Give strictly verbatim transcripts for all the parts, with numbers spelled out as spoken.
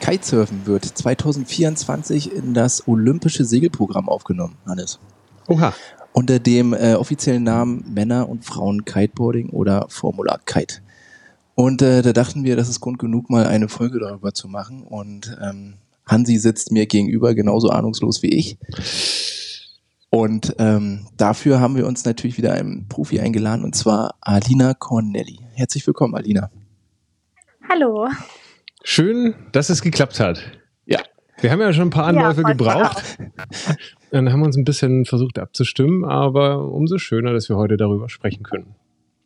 Kitesurfen wird zwanzig vierundzwanzig in das olympische Segelprogramm aufgenommen, Hannes. Oha. Unter dem äh, offiziellen Namen Männer- und Frauen-Kiteboarding oder Formula Kite. Und äh, da dachten wir, das ist Grund genug, mal eine Folge darüber zu machen. Und ähm, Hansi sitzt mir gegenüber, genauso ahnungslos wie ich. Und ähm, dafür haben wir uns natürlich wieder einen Profi eingeladen, und zwar Alina Cornelli. Herzlich willkommen, Alina. Hallo. Schön, dass es geklappt hat. Ja. Wir haben ja schon ein paar Anläufe ja, gebraucht. Dann haben wir uns ein bisschen versucht abzustimmen, aber umso schöner, dass wir heute darüber sprechen können.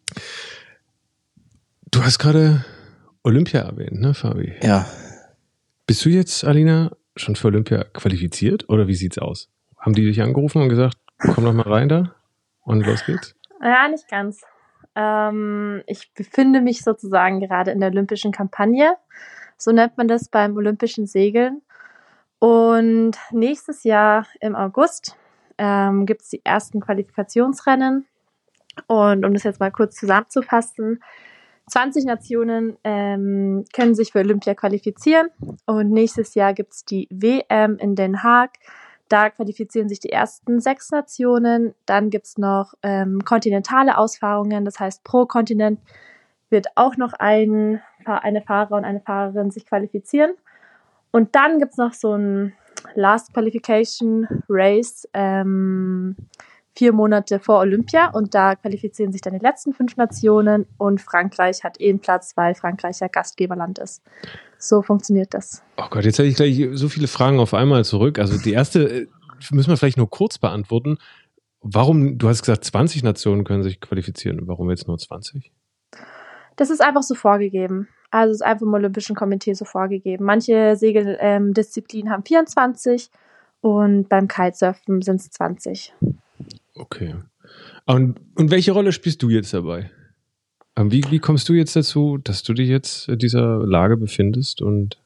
Du hast gerade Olympia erwähnt, ne, Fabi? Ja. Bist du jetzt, Alina, schon für Olympia qualifiziert oder wie sieht's aus? Haben die dich angerufen und gesagt, komm doch mal rein da und los geht's? Ja, nicht ganz. Ähm, ich befinde mich sozusagen gerade in der olympischen Kampagne. So nennt man das beim olympischen Segeln. Und nächstes Jahr im August ähm, gibt es die ersten Qualifikationsrennen. Und um das jetzt mal kurz zusammenzufassen, zwanzig Nationen ähm, können sich für Olympia qualifizieren. Und nächstes Jahr gibt es die W M in Den Haag. Da qualifizieren sich die ersten sechs Nationen. Dann gibt es noch ähm, kontinentale Ausfahrungen. Das heißt, pro Kontinent wird auch noch ein, eine Fahrer und eine Fahrerin sich qualifizieren. Und dann gibt es noch so ein Last Qualification Race, ähm, vier Monate vor Olympia. Und da qualifizieren sich dann die letzten fünf Nationen. Und Frankreich hat eh einen Platz, weil Frankreich ja Gastgeberland ist. So funktioniert das. Oh Gott, jetzt habe ich gleich so viele Fragen auf einmal zurück. Also die erste müssen wir vielleicht nur kurz beantworten. Warum, du hast gesagt, zwanzig Nationen können sich qualifizieren. Warum jetzt nur zwanzig? Das ist einfach so vorgegeben. Also es ist einfach im Olympischen Komitee so vorgegeben. Manche Segeldisziplinen ähm, haben vierundzwanzig und beim Kitesurfen sind es zwanzig. Okay. Und, und welche Rolle spielst du jetzt dabei? Wie, wie kommst du jetzt dazu, dass du dich jetzt in dieser Lage befindest? Und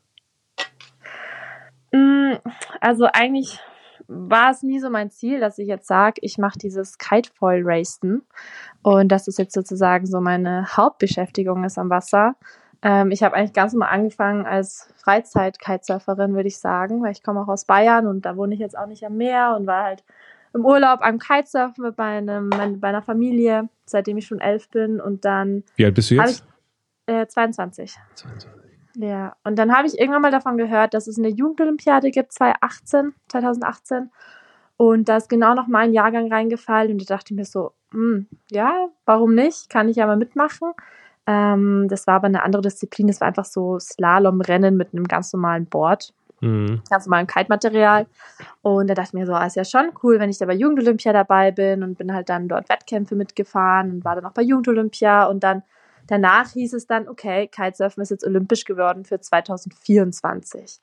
also eigentlich war es nie so mein Ziel, dass ich jetzt sage, ich mache dieses Kitefoil-Racen und dass es jetzt sozusagen so meine Hauptbeschäftigung ist am Wasser. Ähm, ich habe eigentlich ganz normal angefangen als Freizeit-Kitesurferin, würde ich sagen, weil ich komme auch aus Bayern und da wohne ich jetzt auch nicht am Meer und war halt im Urlaub am Kitesurfen mit meinem, mein, meiner Familie, seitdem ich schon elf bin. Und dann. Wie alt bist du jetzt? Ich, äh, zweiundzwanzig. zweiundzwanzig. Ja, und dann habe ich irgendwann mal davon gehört, dass es eine Jugendolympiade gibt, zwanzig achtzehn. Und da ist genau noch mein Jahrgang reingefallen. Und da dachte ich mir so, hm, ja, warum nicht? Kann ich ja mal mitmachen. Ähm, das war aber eine andere Disziplin. Das war einfach so Slalomrennen mit einem ganz normalen Board. Mhm. Ganz normalen Kite-Material. Und da dachte ich mir so, ah, ist ja schon cool, wenn ich da bei Jugendolympia dabei bin und bin halt dann dort Wettkämpfe mitgefahren und war dann auch bei Jugendolympia und dann danach hieß es dann, okay, Kitesurfen ist jetzt olympisch geworden für zwanzig vierundzwanzig.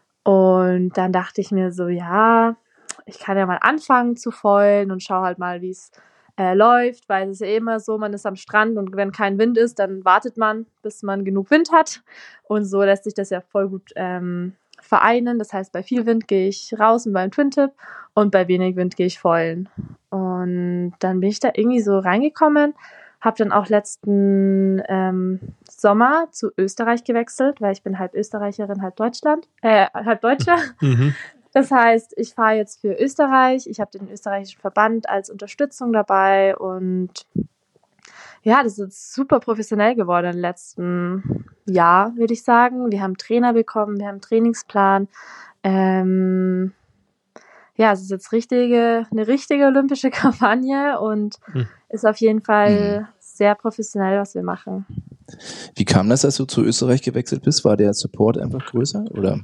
Und dann dachte ich mir so, ja, ich kann ja mal anfangen zu foilen und schau halt mal, wie es äh, läuft, weil es ist ja immer so, man ist am Strand und wenn kein Wind ist, dann wartet man, bis man genug Wind hat. Und so lässt sich das ja voll gut ähm, vereinen. Das heißt, bei viel Wind gehe ich raus und beim Twin-Tip und bei wenig Wind gehe ich foilen. Und dann bin ich da irgendwie so reingekommen, habe dann auch letzten ähm, Sommer zu Österreich gewechselt, weil ich bin halb Österreicherin, halb Deutschland, äh, halb Deutsche. Mhm. Das heißt, ich fahre jetzt für Österreich. Ich habe den österreichischen Verband als Unterstützung dabei und ja, das ist super professionell geworden im letzten Jahr, würde ich sagen. Wir haben Trainer bekommen, wir haben einen Trainingsplan. Ähm, ja, es ist jetzt richtige, eine richtige olympische Kampagne und hm. ist auf jeden Fall hm. sehr professionell, was wir machen. Wie kam das, dass du zu Österreich gewechselt bist? War der Support einfach größer, oder?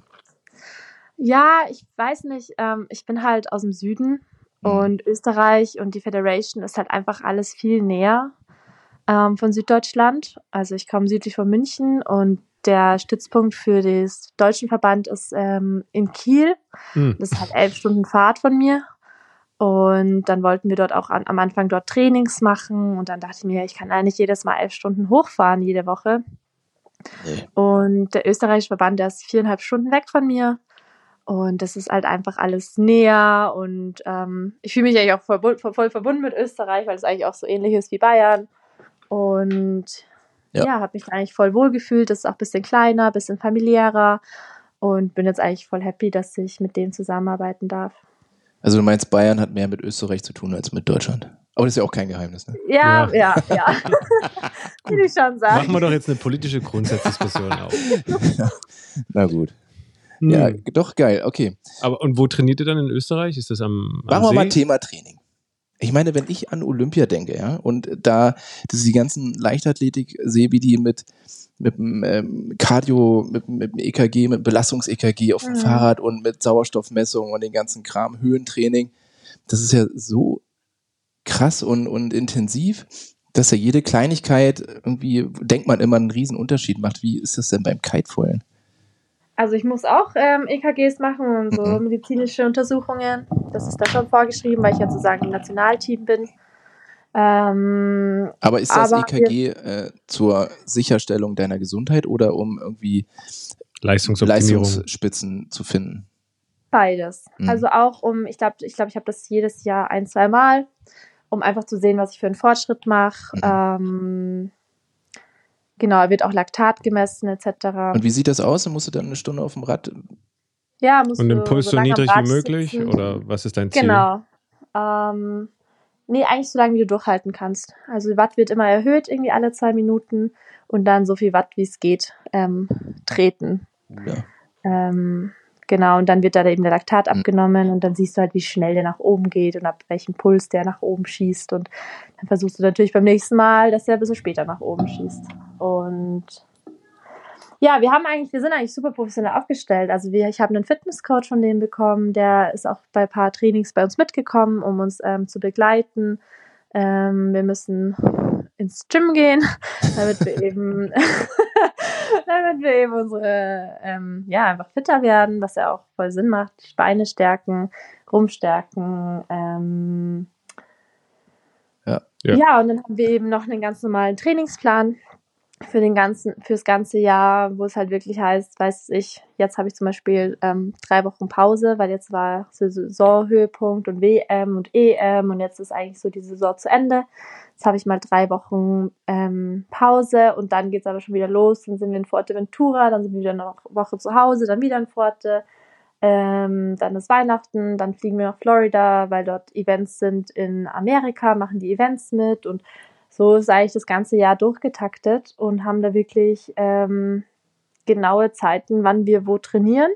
Ja, ich weiß nicht. Ähm, ich bin halt aus dem Süden hm. und Österreich und die Federation ist halt einfach alles viel näher ähm, von Süddeutschland. Also ich komme südlich von München und der Stützpunkt für den deutschen Verband ist ähm, in Kiel. Hm. Das ist halt elf Stunden Fahrt von mir. Und dann wollten wir dort auch an, am Anfang dort Trainings machen. Und dann dachte ich mir, ich kann eigentlich jedes Mal elf Stunden hochfahren, jede Woche. Nee. Und der österreichische Verband, der ist viereinhalb Stunden weg von mir. Und das ist halt einfach alles näher. Und ähm, ich fühle mich eigentlich auch voll, voll, voll verbunden mit Österreich, weil es eigentlich auch so ähnlich ist wie Bayern. Und ja, ja habe mich eigentlich voll wohl gefühlt. Das ist auch ein bisschen kleiner, ein bisschen familiärer. und bin jetzt eigentlich voll happy, dass ich mit denen zusammenarbeiten darf. Also du meinst, Bayern hat mehr mit Österreich zu tun als mit Deutschland? Aber das ist ja auch kein Geheimnis, ne? Ja, ja, ja. ja. Würde ich schon sagen. Machen wir doch jetzt eine politische Grundsatzdiskussion auf. Na gut. Hm. Ja, doch geil, okay. Aber und wo trainiert ihr dann in Österreich? Ist das am, am Machen wir See? mal Thema Training. Ich meine, wenn ich an Olympia denke, ja, und da das die ganzen Leichtathletik sehe, wie die mit mit dem ähm, Cardio, mit, mit dem E K G, mit dem Belastungs-E K G auf dem Mhm. Fahrrad und mit Sauerstoffmessung und den ganzen Kram, Höhentraining, das ist ja so krass und, und intensiv, dass ja jede Kleinigkeit irgendwie, denkt man immer, einen riesen Unterschied macht. Wie ist das denn beim Kitefallen? Also ich muss auch ähm, E K Gs machen und so Mhm. medizinische Untersuchungen. Das ist da schon vorgeschrieben, weil ich ja sozusagen im Nationalteam bin. Ähm, Aber ist das aber E K G äh, zur Sicherstellung deiner Gesundheit oder um irgendwie Leistungsoptimierung. Leistungsspitzen zu finden? beides. Mhm. Also auch um, ich glaube, ich, glaub, ich habe das jedes Jahr ein, zwei Mal, um einfach zu sehen, was ich für einen Fortschritt mache. Mhm. Ähm, genau, wird auch Laktat gemessen et cetera. Und wie sieht das aus? Musst du dann eine Stunde auf dem Rad? Ja, musst Und den du Puls so lange am niedrig wie Rad möglich? sitzen. Oder was ist dein Ziel? Genau. Ähm, nee, eigentlich so lange, wie du durchhalten kannst. Also Watt wird immer erhöht, irgendwie alle zwei Minuten und dann so viel Watt, wie es geht, ähm, treten. Ja. Ähm, genau, und dann wird da eben der Laktat Mhm. abgenommen und dann siehst du halt, wie schnell der nach oben geht und ab welchem Puls der nach oben schießt. Und dann versuchst du natürlich beim nächsten Mal, dass der ein bisschen später nach oben schießt. Und ja, wir haben eigentlich, wir sind eigentlich super professionell aufgestellt. Also wir, ich habe einen Fitnesscoach von dem bekommen, der ist auch bei ein paar Trainings bei uns mitgekommen, um uns ähm, zu begleiten. Ähm, wir müssen ins Gym gehen, damit wir eben, damit wir eben unsere, ähm, ja, einfach fitter werden, was ja auch voll Sinn macht. Die Beine stärken, Rumpf stärken. Ähm, Ja. Ja. ja, und dann haben wir eben noch einen ganz normalen Trainingsplan für den ganzen, fürs ganze Jahr, wo es halt wirklich heißt, weiß ich, jetzt habe ich zum Beispiel ähm, drei Wochen Pause, weil jetzt war Saisonhöhepunkt und W M und E M und jetzt ist eigentlich so die Saison zu Ende. Jetzt habe ich mal drei Wochen ähm, Pause und dann geht es aber schon wieder los. Dann sind wir in Fuerteventura, dann sind wir wieder noch eine Woche zu Hause, dann wieder in Forte. Ähm, dann ist Weihnachten, dann fliegen wir nach Florida, weil dort Events sind in Amerika, machen die Events mit und so ist eigentlich das ganze Jahr durchgetaktet und haben da wirklich ähm, genaue Zeiten, wann wir wo trainieren.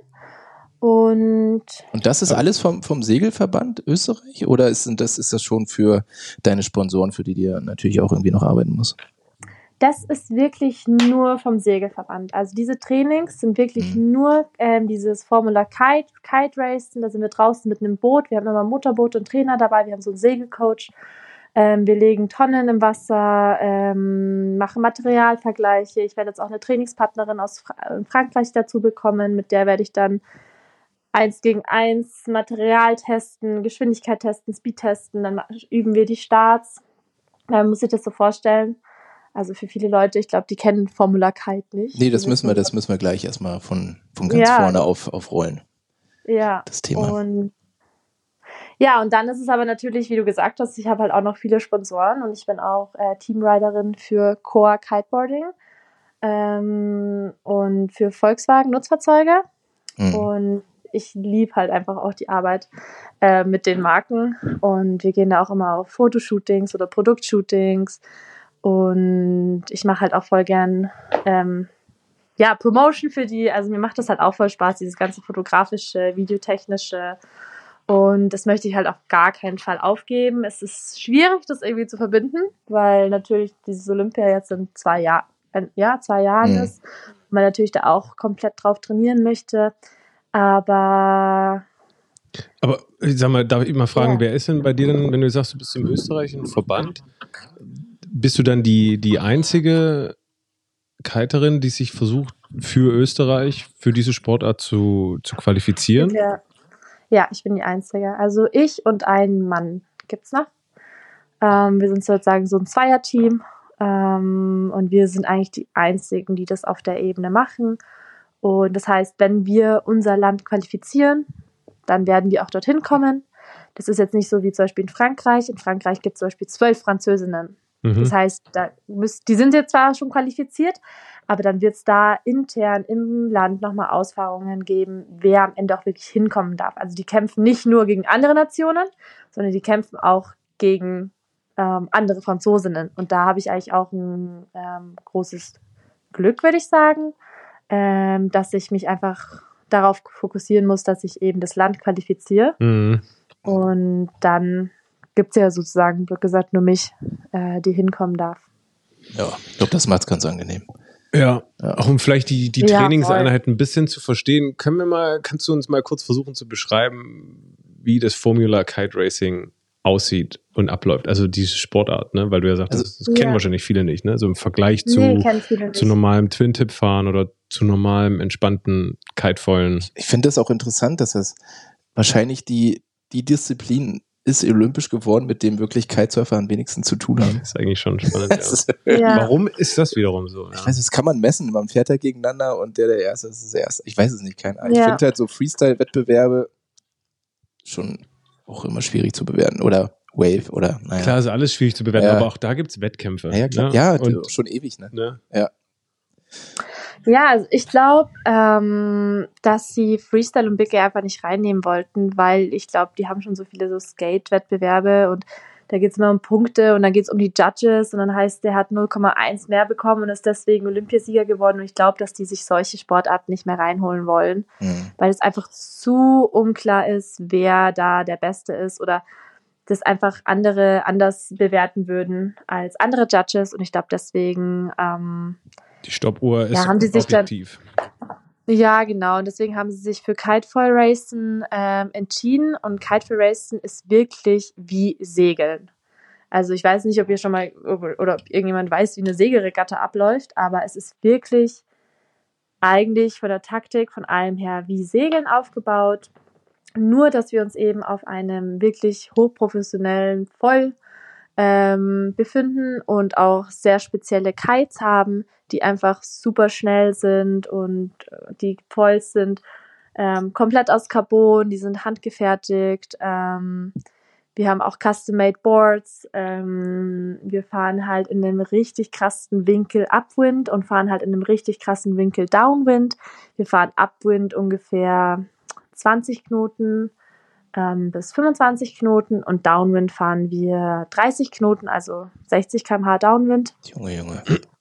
Und Und das ist alles vom, vom Segelverband Österreich? Oder ist das, ist das schon für deine Sponsoren, für die du natürlich auch irgendwie noch arbeiten musst? das ist wirklich nur vom Segelverband. Also diese Trainings sind wirklich Mhm. nur ähm, dieses Formula Kite, Kite Racing. Da sind wir draußen mit einem Boot. Wir haben immer ein Motorboot und Trainer dabei. Wir haben so einen Segelcoach. Ähm, wir legen Tonnen im Wasser, ähm, machen Materialvergleiche. Ich werde jetzt auch eine Trainingspartnerin aus Fra- Frankreich dazu bekommen. Mit der werde ich dann eins gegen eins Material testen, Geschwindigkeit testen, Speed testen. Dann ma- üben wir die Starts. Man muss sich das so vorstellen. Also für viele Leute, ich glaube, die kennen Formula Kite nicht. Nee, das Die müssen wir, wissen- das müssen wir gleich erstmal von, von ganz Ja. vorne auf, aufrollen, Ja. das Thema. Und ja, und dann ist es aber natürlich, wie du gesagt hast, ich habe halt auch noch viele Sponsoren und ich bin auch äh, Teamriderin für Core Kiteboarding ähm, und für Volkswagen Nutzfahrzeuge. Mhm. Und ich liebe halt einfach auch die Arbeit äh, mit den Marken und wir gehen da auch immer auf Fotoshootings oder Produktshootings und ich mache halt auch voll gern ähm, ja, Promotion für die, also mir macht das halt auch voll Spaß, dieses ganze fotografische, videotechnische und das möchte ich halt auf gar keinen Fall aufgeben. Es ist schwierig, das irgendwie zu verbinden, weil natürlich dieses Olympia jetzt in zwei Jahren, ja, zwei Jahren Mhm. ist und man natürlich da auch komplett drauf trainieren möchte, aber Aber ich sag mal, darf ich mal fragen, Ja. wer ist denn bei dir denn, wenn du sagst, du bist im österreichischen Verband, bist du dann die, die einzige Kiterin, die sich versucht, für Österreich, für diese Sportart zu, zu qualifizieren? Ja. ja, ich bin die Einzige. Also ich und ein Mann gibt's noch. Ähm, wir sind sozusagen so ein Zweierteam ähm, und wir sind eigentlich die Einzigen, die das auf der Ebene machen. Und das heißt, wenn wir unser Land qualifizieren, dann werden wir auch dorthin kommen. Das ist jetzt nicht so wie zum Beispiel in Frankreich. In Frankreich gibt es zum Beispiel zwölf Französinnen. Mhm. Das heißt, da müsst, die sind jetzt zwar schon qualifiziert, Aber dann wird es da intern im Land nochmal Ausfahrungen geben, wer am Ende auch wirklich hinkommen darf. Also die kämpfen nicht nur gegen andere Nationen, sondern die kämpfen auch gegen ähm, andere Franzosinnen. Und da habe ich eigentlich auch ein ähm, großes Glück, würde ich sagen, ähm, dass ich mich einfach darauf fokussieren muss, dass ich eben das Land qualifiziere. Mhm. Und dann gibt es ja sozusagen, wie gesagt, nur mich, äh, die hinkommen darf. Ja, ich glaube, das macht es ganz angenehm. Ja, auch um vielleicht die, die Ja, Trainingseinheit ein bisschen zu verstehen, können wir mal, kannst du uns mal kurz versuchen zu beschreiben, wie das Formula Kite Racing aussieht und abläuft? Also diese Sportart, ne? Weil du ja sagst, Also, das, das kennen ja. wahrscheinlich viele nicht, ne? So im Vergleich zu, Nee, kennen viele nicht. zu normalem Twin-Tip-Fahren oder zu normalem entspannten Kitefoilen. Ich finde das auch interessant, dass das wahrscheinlich die, die Disziplin ist olympisch geworden, mit dem wirklich Kitesurfer am wenigsten zu tun haben. Das ist eigentlich schon spannend. Das Ja. ist, Ja. Warum ist das wiederum so? ich Ja. weiß, das kann man messen. Man fährt da gegeneinander und der, der Erste ist, ist der Erste. Ich weiß es nicht, keine Ahnung. Ich Ja. finde halt so Freestyle-Wettbewerbe schon auch immer schwierig zu bewerten. Oder Wave oder, naja. Klar, ist alles schwierig zu bewerten, Ja. aber auch da gibt es Wettkämpfe. Ja, ja, klar. Ne? Ja, Und, schon ewig, ne? ne? Ja. Ja, also ich glaube, ähm, dass sie Freestyle und Big Air einfach nicht reinnehmen wollten, weil ich glaube, die haben schon so viele so Skate-Wettbewerbe und da geht es immer um Punkte und dann geht es um die Judges und dann heißt, der hat null Komma eins mehr bekommen und ist deswegen Olympiasieger geworden und ich glaube, dass die sich solche Sportarten nicht mehr reinholen wollen, Mhm. weil es einfach zu unklar ist, wer da der Beste ist oder das einfach andere anders bewerten würden als andere Judges und ich glaube deswegen ähm, Die Stoppuhr ist Ja, haben die sich dann- objektiv. ja, genau. Und deswegen haben sie sich für Kitefoil Racen ähm, entschieden. Und Kitefoil Racen ist wirklich wie Segeln. Also ich weiß nicht, ob ihr schon mal oder ob irgendjemand weiß, wie eine Segelregatta abläuft, aber es ist wirklich eigentlich von der Taktik, von allem her wie Segeln aufgebaut. Nur, dass wir uns eben auf einem wirklich hochprofessionellen Foil ähm, befinden und auch sehr spezielle Kites haben, die einfach super schnell sind und äh, die Foils sind ähm, komplett aus Carbon, die sind handgefertigt. Ähm, wir haben auch Custom-Made Boards. Ähm, wir fahren halt in einem richtig krassen Winkel Upwind und fahren halt in einem richtig krassen Winkel Downwind. Wir fahren Upwind ungefähr zwanzig Knoten ähm, bis fünfundzwanzig Knoten und Downwind fahren wir dreißig Knoten, also sechzig Kilometer pro Stunde Downwind. Junge, Junge.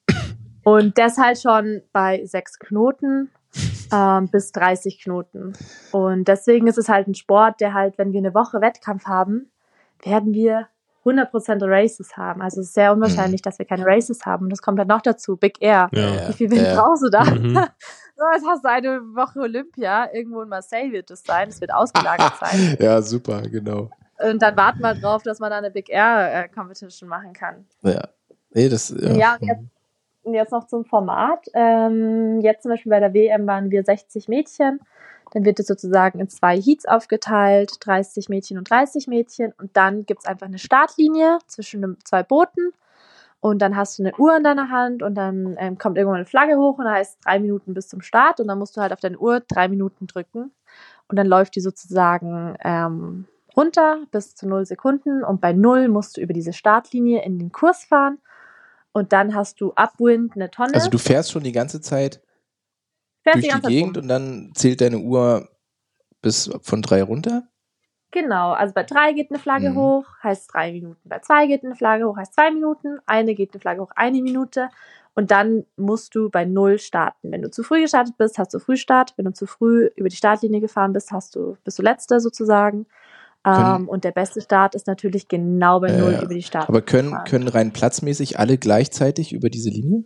Und das halt schon bei sechs Knoten ähm, bis dreißig Knoten. Und deswegen ist es halt ein Sport, der halt, wenn wir eine Woche Wettkampf haben, werden wir hundert Prozent Races haben. Also es ist sehr unwahrscheinlich, dass wir keine Races haben. Und das kommt dann noch dazu, Big Air. Ja. Wie viel Wind Ja. brauchst du da? Mhm. So, jetzt hast du eine Woche Olympia. Irgendwo in Marseille wird es sein. Es wird ausgelagert sein. Ja, super, genau. Und dann warten wir drauf, dass man da eine Big Air äh, Competition machen kann. Ja. Nee, das, ja. Ja, und jetzt, und jetzt noch zum Format. Ähm, jetzt zum Beispiel bei der W M waren wir sechzig Mädchen. Dann wird es sozusagen in zwei Heats aufgeteilt, dreißig Mädchen und dreißig Mädchen. Und dann gibt es einfach eine Startlinie zwischen den zwei Booten. Und dann hast du eine Uhr in deiner Hand und dann ähm, kommt irgendwann eine Flagge hoch und da heißt drei Minuten bis zum Start. Und dann musst du halt auf deine Uhr drei Minuten drücken. Und dann läuft die sozusagen ähm, runter bis zu null Sekunden. Und bei null musst du über diese Startlinie in den Kurs fahren. Und dann hast du Upwind, eine Tonne. Also du fährst schon die ganze Zeit Fährst durch die ganze Zeit Gegend rum. und dann zählt deine Uhr bis von drei runter? Genau, also bei drei geht eine Flagge Mhm. hoch, heißt drei Minuten. Bei zwei geht eine Flagge hoch, heißt zwei Minuten. Eine geht eine Flagge hoch, eine Minute. Und dann musst du bei null starten. Wenn du zu früh gestartet bist, hast du Frühstart. Wenn du zu früh über die Startlinie gefahren bist, hast du, bist du Letzter sozusagen. Können- Ähm, und der beste Start ist natürlich genau bei null Äh, über die Startlinie. Aber können, gefahren. können rein platzmäßig alle gleichzeitig über diese Linie?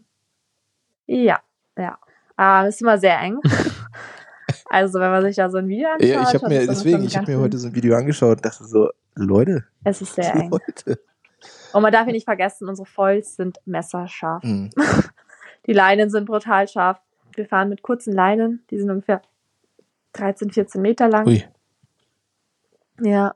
Ja, ja. Ah, ist immer sehr eng. Also wenn man sich da so ein Video anschaut. Ja, ich habe schaut mir, es immer deswegen, schon ich habe ganz mir heute so ein Video angeschaut und dachte so, Leute, Es ist sehr eng. Leute. Und man darf hier nicht vergessen, unsere Foils sind messerscharf. Mhm. Die Leinen sind brutal scharf. Wir fahren mit kurzen Leinen, die sind ungefähr dreizehn, vierzehn Meter lang. Ui. Ja.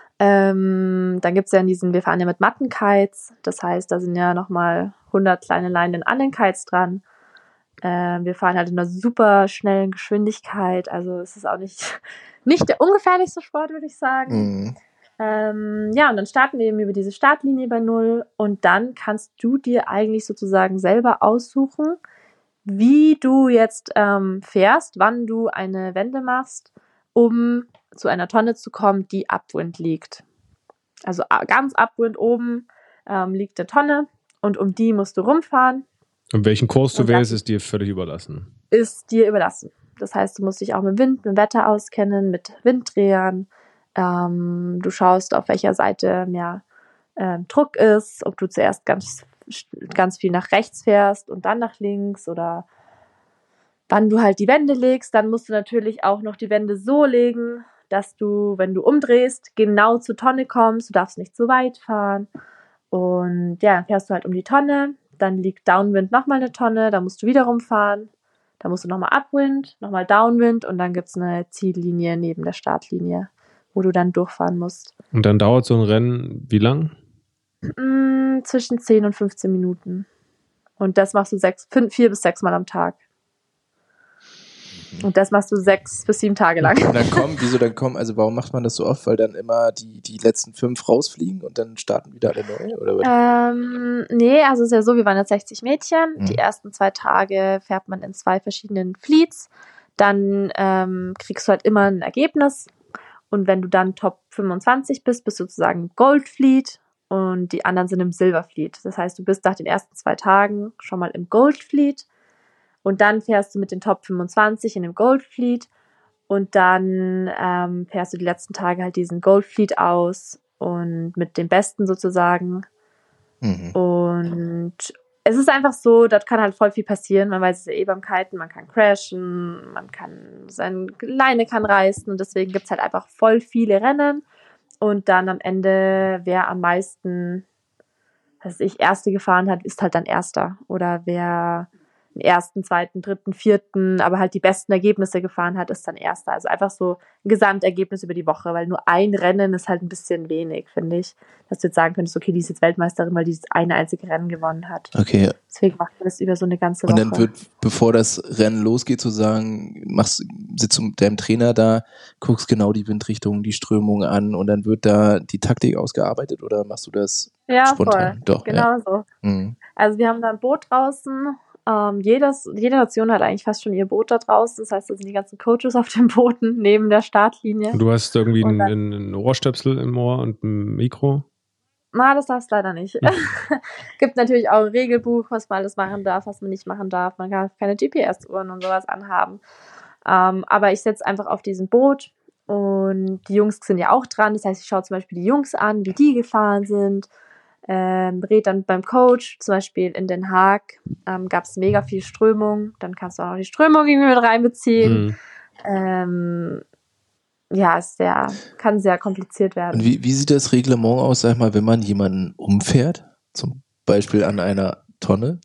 Ähm, dann gibt's ja in diesen, wir fahren ja mit Mattenkites, das heißt, da sind ja nochmal hundert kleine Leinen an den Kites dran. Ähm, wir fahren halt in einer super schnellen Geschwindigkeit, also es ist auch nicht, nicht der ungefährlichste Sport, würde ich sagen. Mhm. Ähm, ja, und dann starten wir eben über diese Startlinie bei null und dann kannst du dir eigentlich sozusagen selber aussuchen, wie du jetzt ähm, fährst, wann du eine Wende machst, um zu einer Tonne zu kommen, die upwind liegt. Also a- ganz upwind oben ähm, liegt eine Tonne und um die musst du rumfahren. Und welchen Kurs du Und das wählst, ist dir völlig überlassen. ist dir überlassen. Das heißt, du musst dich auch mit Wind, mit Wetter auskennen, mit Winddrehern. Ähm, du schaust, auf welcher Seite mehr ähm, Druck ist, ob du zuerst ganz, ganz viel nach rechts fährst und dann nach links oder wann du halt die Wände legst. Dann musst du natürlich auch noch die Wände so legen, dass du, wenn du umdrehst, genau zur Tonne kommst. Du darfst nicht zu weit fahren. Und ja, dann fährst du halt um die Tonne. Dann liegt Downwind nochmal eine Tonne. Da musst du wieder rumfahren. Da musst du nochmal Upwind, nochmal Downwind und dann gibt es eine Ziellinie neben der Startlinie, wo du dann durchfahren musst. Und dann dauert so ein Rennen wie lang? Mm, zwischen zehn und fünfzehn Minuten. Und das machst du sechs, fünf, vier bis sechs Mal am Tag. Und das machst du sechs bis sieben Tage lang. Und dann kommen, wieso dann kommen, also warum macht man das so oft? Weil dann immer die, die letzten fünf rausfliegen und dann starten wieder alle neu? Oder was? Ähm, nee, also es ist ja so, wir waren jetzt sechzig Mädchen. Mhm. Die ersten zwei Tage fährt man in zwei verschiedenen Fleets. Dann ähm, kriegst du halt immer ein Ergebnis. Und wenn du dann Top fünfundzwanzig bist, bist du sozusagen Gold Fleet und die anderen sind im Silver Fleet. Das heißt, du bist nach den ersten zwei Tagen schon mal im Gold Fleet und dann fährst du mit den Top fünfundzwanzig in dem Gold Fleet und dann ähm, fährst du die letzten Tage halt diesen Gold Fleet aus und mit den Besten sozusagen. Mhm. Und es ist einfach so, dort kann halt voll viel passieren. Man weiß es ja eh beim Kiten, man kann crashen, man kann, seine Leine kann reißen und deswegen gibt's halt einfach voll viele Rennen. Und dann am Ende, wer am meisten, was weiß ich, Erste gefahren hat, ist halt dann Erster. Oder wer den ersten, zweiten, dritten, vierten, aber halt die besten Ergebnisse gefahren hat, ist dann Erster. Also einfach so ein Gesamtergebnis über die Woche, weil nur ein Rennen ist halt ein bisschen wenig, finde ich. Dass du jetzt sagen könntest, okay, die ist jetzt Weltmeisterin, weil die dieses eine einzige Rennen gewonnen hat. Okay. Deswegen macht man das über so eine ganze Woche. Und dann wird, bevor das Rennen losgeht, sozusagen, machst, sitzt du mit deinem Trainer da, guckst genau die Windrichtung, die Strömung an und dann wird da die Taktik ausgearbeitet oder machst du das ja, spontan? voll. Doch, genau ja. so. Mhm. Also wir haben da ein Boot draußen. Ähm, jedes, jede Nation hat eigentlich fast schon ihr Boot da draußen. Das heißt, da sind die ganzen Coaches auf den Booten neben der Startlinie. Und du hast irgendwie Und dann- einen, einen Ohrstöpsel im Ohr und ein Mikro? Na, das darfst du leider nicht. Gibt natürlich auch ein Regelbuch, was man alles machen darf, was man nicht machen darf. Man kann keine G P S-Uhren und sowas anhaben. Ähm, aber ich sitze einfach auf diesem Boot und die Jungs sind ja auch dran. Das heißt, ich schaue zum Beispiel die Jungs an, wie die gefahren sind. Ähm, red dann beim Coach, zum Beispiel in Den Haag ähm, gab es mega viel Strömung. Dann kannst du auch noch die Strömung irgendwie mit reinbeziehen. Mhm. Ähm, ja, ist sehr, kann sehr kompliziert werden. Und wie, wie sieht das Reglement aus, sag ich mal, wenn man jemanden umfährt? Zum Beispiel an einer Tonne?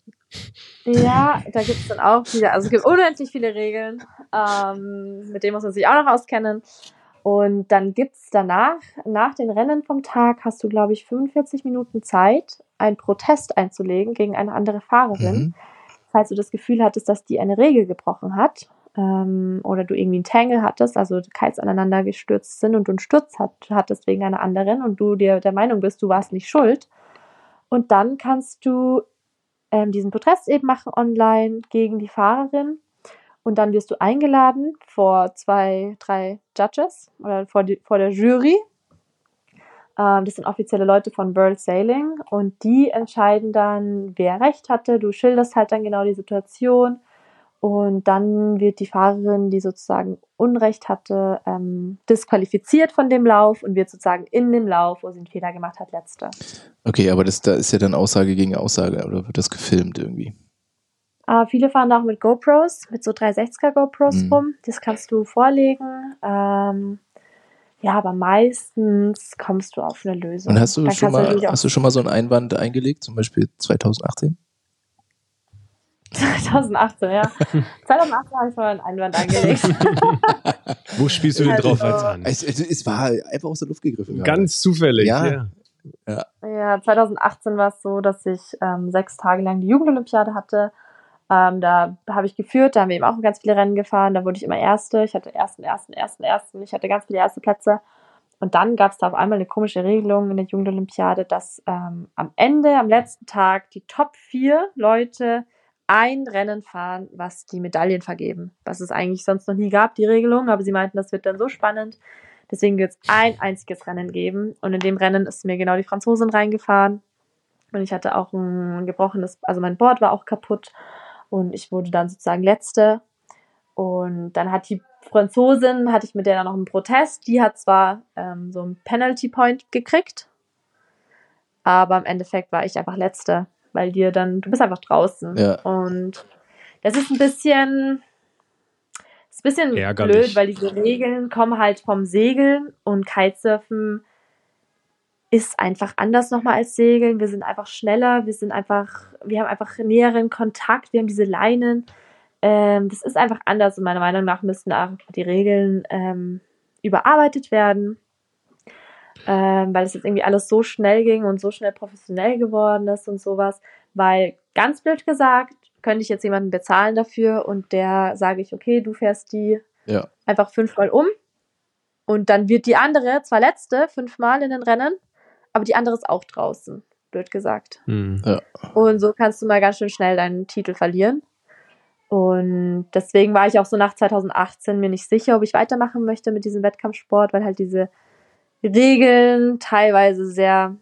Ja, da gibt es dann auch wieder, also es gibt unendlich viele Regeln, ähm, mit denen muss man sich auch noch auskennen. Und dann gibt's danach, nach den Rennen vom Tag, hast du, glaube ich, fünfundvierzig Minuten Zeit, einen Protest einzulegen gegen eine andere Fahrerin. Mhm. Falls du das Gefühl hattest, dass die eine Regel gebrochen hat, ähm, oder du irgendwie einen Tangle hattest, also Kites aneinander gestürzt sind und du einen Sturz hat, hattest wegen einer anderen und du dir der Meinung bist, du warst nicht schuld. Und dann kannst du ähm, diesen Protest eben machen online gegen die Fahrerin. Und dann wirst du eingeladen vor zwei, drei Judges oder vor, die, vor der Jury. Ähm, das sind offizielle Leute von World Sailing und die entscheiden dann, wer Recht hatte. Du schilderst halt dann genau die Situation und dann wird die Fahrerin, die sozusagen Unrecht hatte, ähm, disqualifiziert von dem Lauf und wird sozusagen in dem Lauf, wo sie einen Fehler gemacht hat, letzte. Okay, aber das, da ist ja dann Aussage gegen Aussage, oder wird das gefilmt irgendwie? Uh, viele fahren auch mit GoPros, mit so dreihundertsechziger GoPros Mhm. rum. Das kannst du vorlegen. Ähm, ja, aber meistens kommst du auf eine Lösung. Und hast du Dann schon kannst mal, natürlich auch hast du schon mal so einen Einwand eingelegt, zum Beispiel zweitausendachtzehn? zweitausendachtzehn, ja. zweitausendachtzehn habe ich mal einen Einwand angelegt. Wo spielst du denn Also, drauf als an? Es, es, es war einfach aus der Luft gegriffen. gerade. Ganz zufällig, Ja. ja. Ja, zweitausendachtzehn war es so, dass ich ähm, sechs Tage lang die Jugendolympiade hatte. Ähm, da habe ich geführt, da haben wir eben auch ganz viele Rennen gefahren. Da wurde ich immer Erste. Ich hatte ersten, ersten, ersten, ersten. Ich hatte ganz viele erste Plätze. Und dann gab es da auf einmal eine komische Regelung in der Jugendolympiade, dass ähm, am Ende, am letzten Tag, die Top vier Leute ein Rennen fahren, was die Medaillen vergeben. Was es eigentlich sonst noch nie gab, die Regelung. Aber sie meinten, das wird dann so spannend. Deswegen wird es ein einziges Rennen geben. Und in dem Rennen ist mir genau die Franzosin reingefahren. Und ich hatte auch ein gebrochenes, also mein Board war auch kaputt. Und ich wurde dann sozusagen Letzte. Und dann hat die Franzosin, hatte ich mit der dann noch einen Protest. Die hat zwar ähm, so einen Penalty Point gekriegt. Aber im Endeffekt war ich einfach Letzte. Weil dir dann, du bist einfach draußen. Ja. Und das ist ein bisschen, ist ein bisschen Ärgerlich. blöd, weil diese Regeln kommen halt vom Segeln und Kitesurfen ist einfach anders nochmal als Segeln. Wir sind einfach schneller, wir sind einfach, wir haben einfach näheren Kontakt, wir haben diese Leinen. Ähm, das ist einfach anders und meiner Meinung nach müssten auch die Regeln ähm, überarbeitet werden. Ähm, weil es jetzt irgendwie alles so schnell ging und so schnell professionell geworden ist und sowas, weil ganz blöd gesagt, könnte ich jetzt jemanden bezahlen dafür und der sage ich, okay, du fährst die Ja. einfach fünfmal um und dann wird die andere, zwar letzte, fünfmal in den Rennen, aber die andere ist auch draußen, blöd gesagt. Mhm. Ja. Und so kannst du mal ganz schön schnell deinen Titel verlieren. Und deswegen war ich auch so nach zwanzig achtzehn mir nicht sicher, ob ich weitermachen möchte mit diesem Wettkampfsport, weil halt diese Regeln teilweise sehr,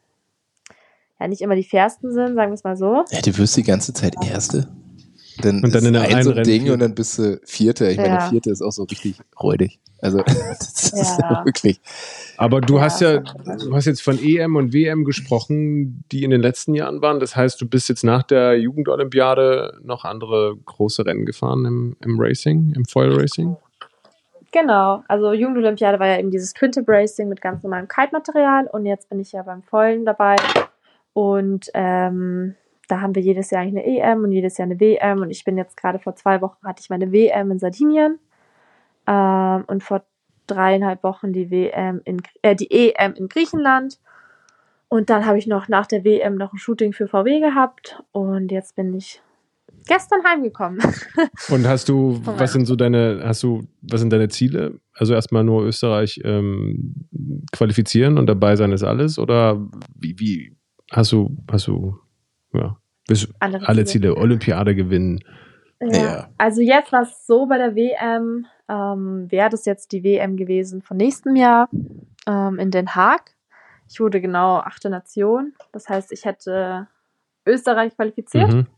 ja, nicht immer die fairsten sind, sagen wir es mal so. Ja, du wirst die ganze Zeit Erste. Dann Und dann ist in der ein einen so ein Rennen Ding Vierte. und dann bist du Vierte. Ich meine, Ja. der Vierte ist auch so richtig räudig. Also, das ist Ja. ja wirklich. Aber du Ja, hast ja, das hat man. du hast jetzt von E M und W M gesprochen, die in den letzten Jahren waren. Das heißt, du bist jetzt nach der Jugendolympiade noch andere große Rennen gefahren im, im Racing, im Foil Racing? Genau, also Jugendolympiade war ja eben dieses Twin-Tip Racing mit ganz normalem Kite-Material und jetzt bin ich ja beim Foilen dabei und ähm, da haben wir jedes Jahr eigentlich eine E M und jedes Jahr eine W M und ich bin jetzt gerade vor zwei Wochen hatte ich meine W M in Sardinien ähm, und vor dreieinhalb Wochen die W M in äh, die E M in Griechenland und dann habe ich noch nach der W M noch ein Shooting für V W gehabt und jetzt bin ich gestern heimgekommen. Und hast du, Von was sind so deine, hast du, was sind deine Ziele? Also erstmal nur Österreich ähm, qualifizieren und dabei sein ist alles? Oder wie, wie hast du, hast du, ja, willst du Andere alle Ziele. Ziele, Olympiade gewinnen? Ja. Ja. Also jetzt war es so bei der W M, ähm, wäre das jetzt die W M gewesen von nächstem Jahr ähm, in Den Haag. Ich wurde genau achte Nation. Das heißt, ich hätte Österreich qualifiziert. Mhm.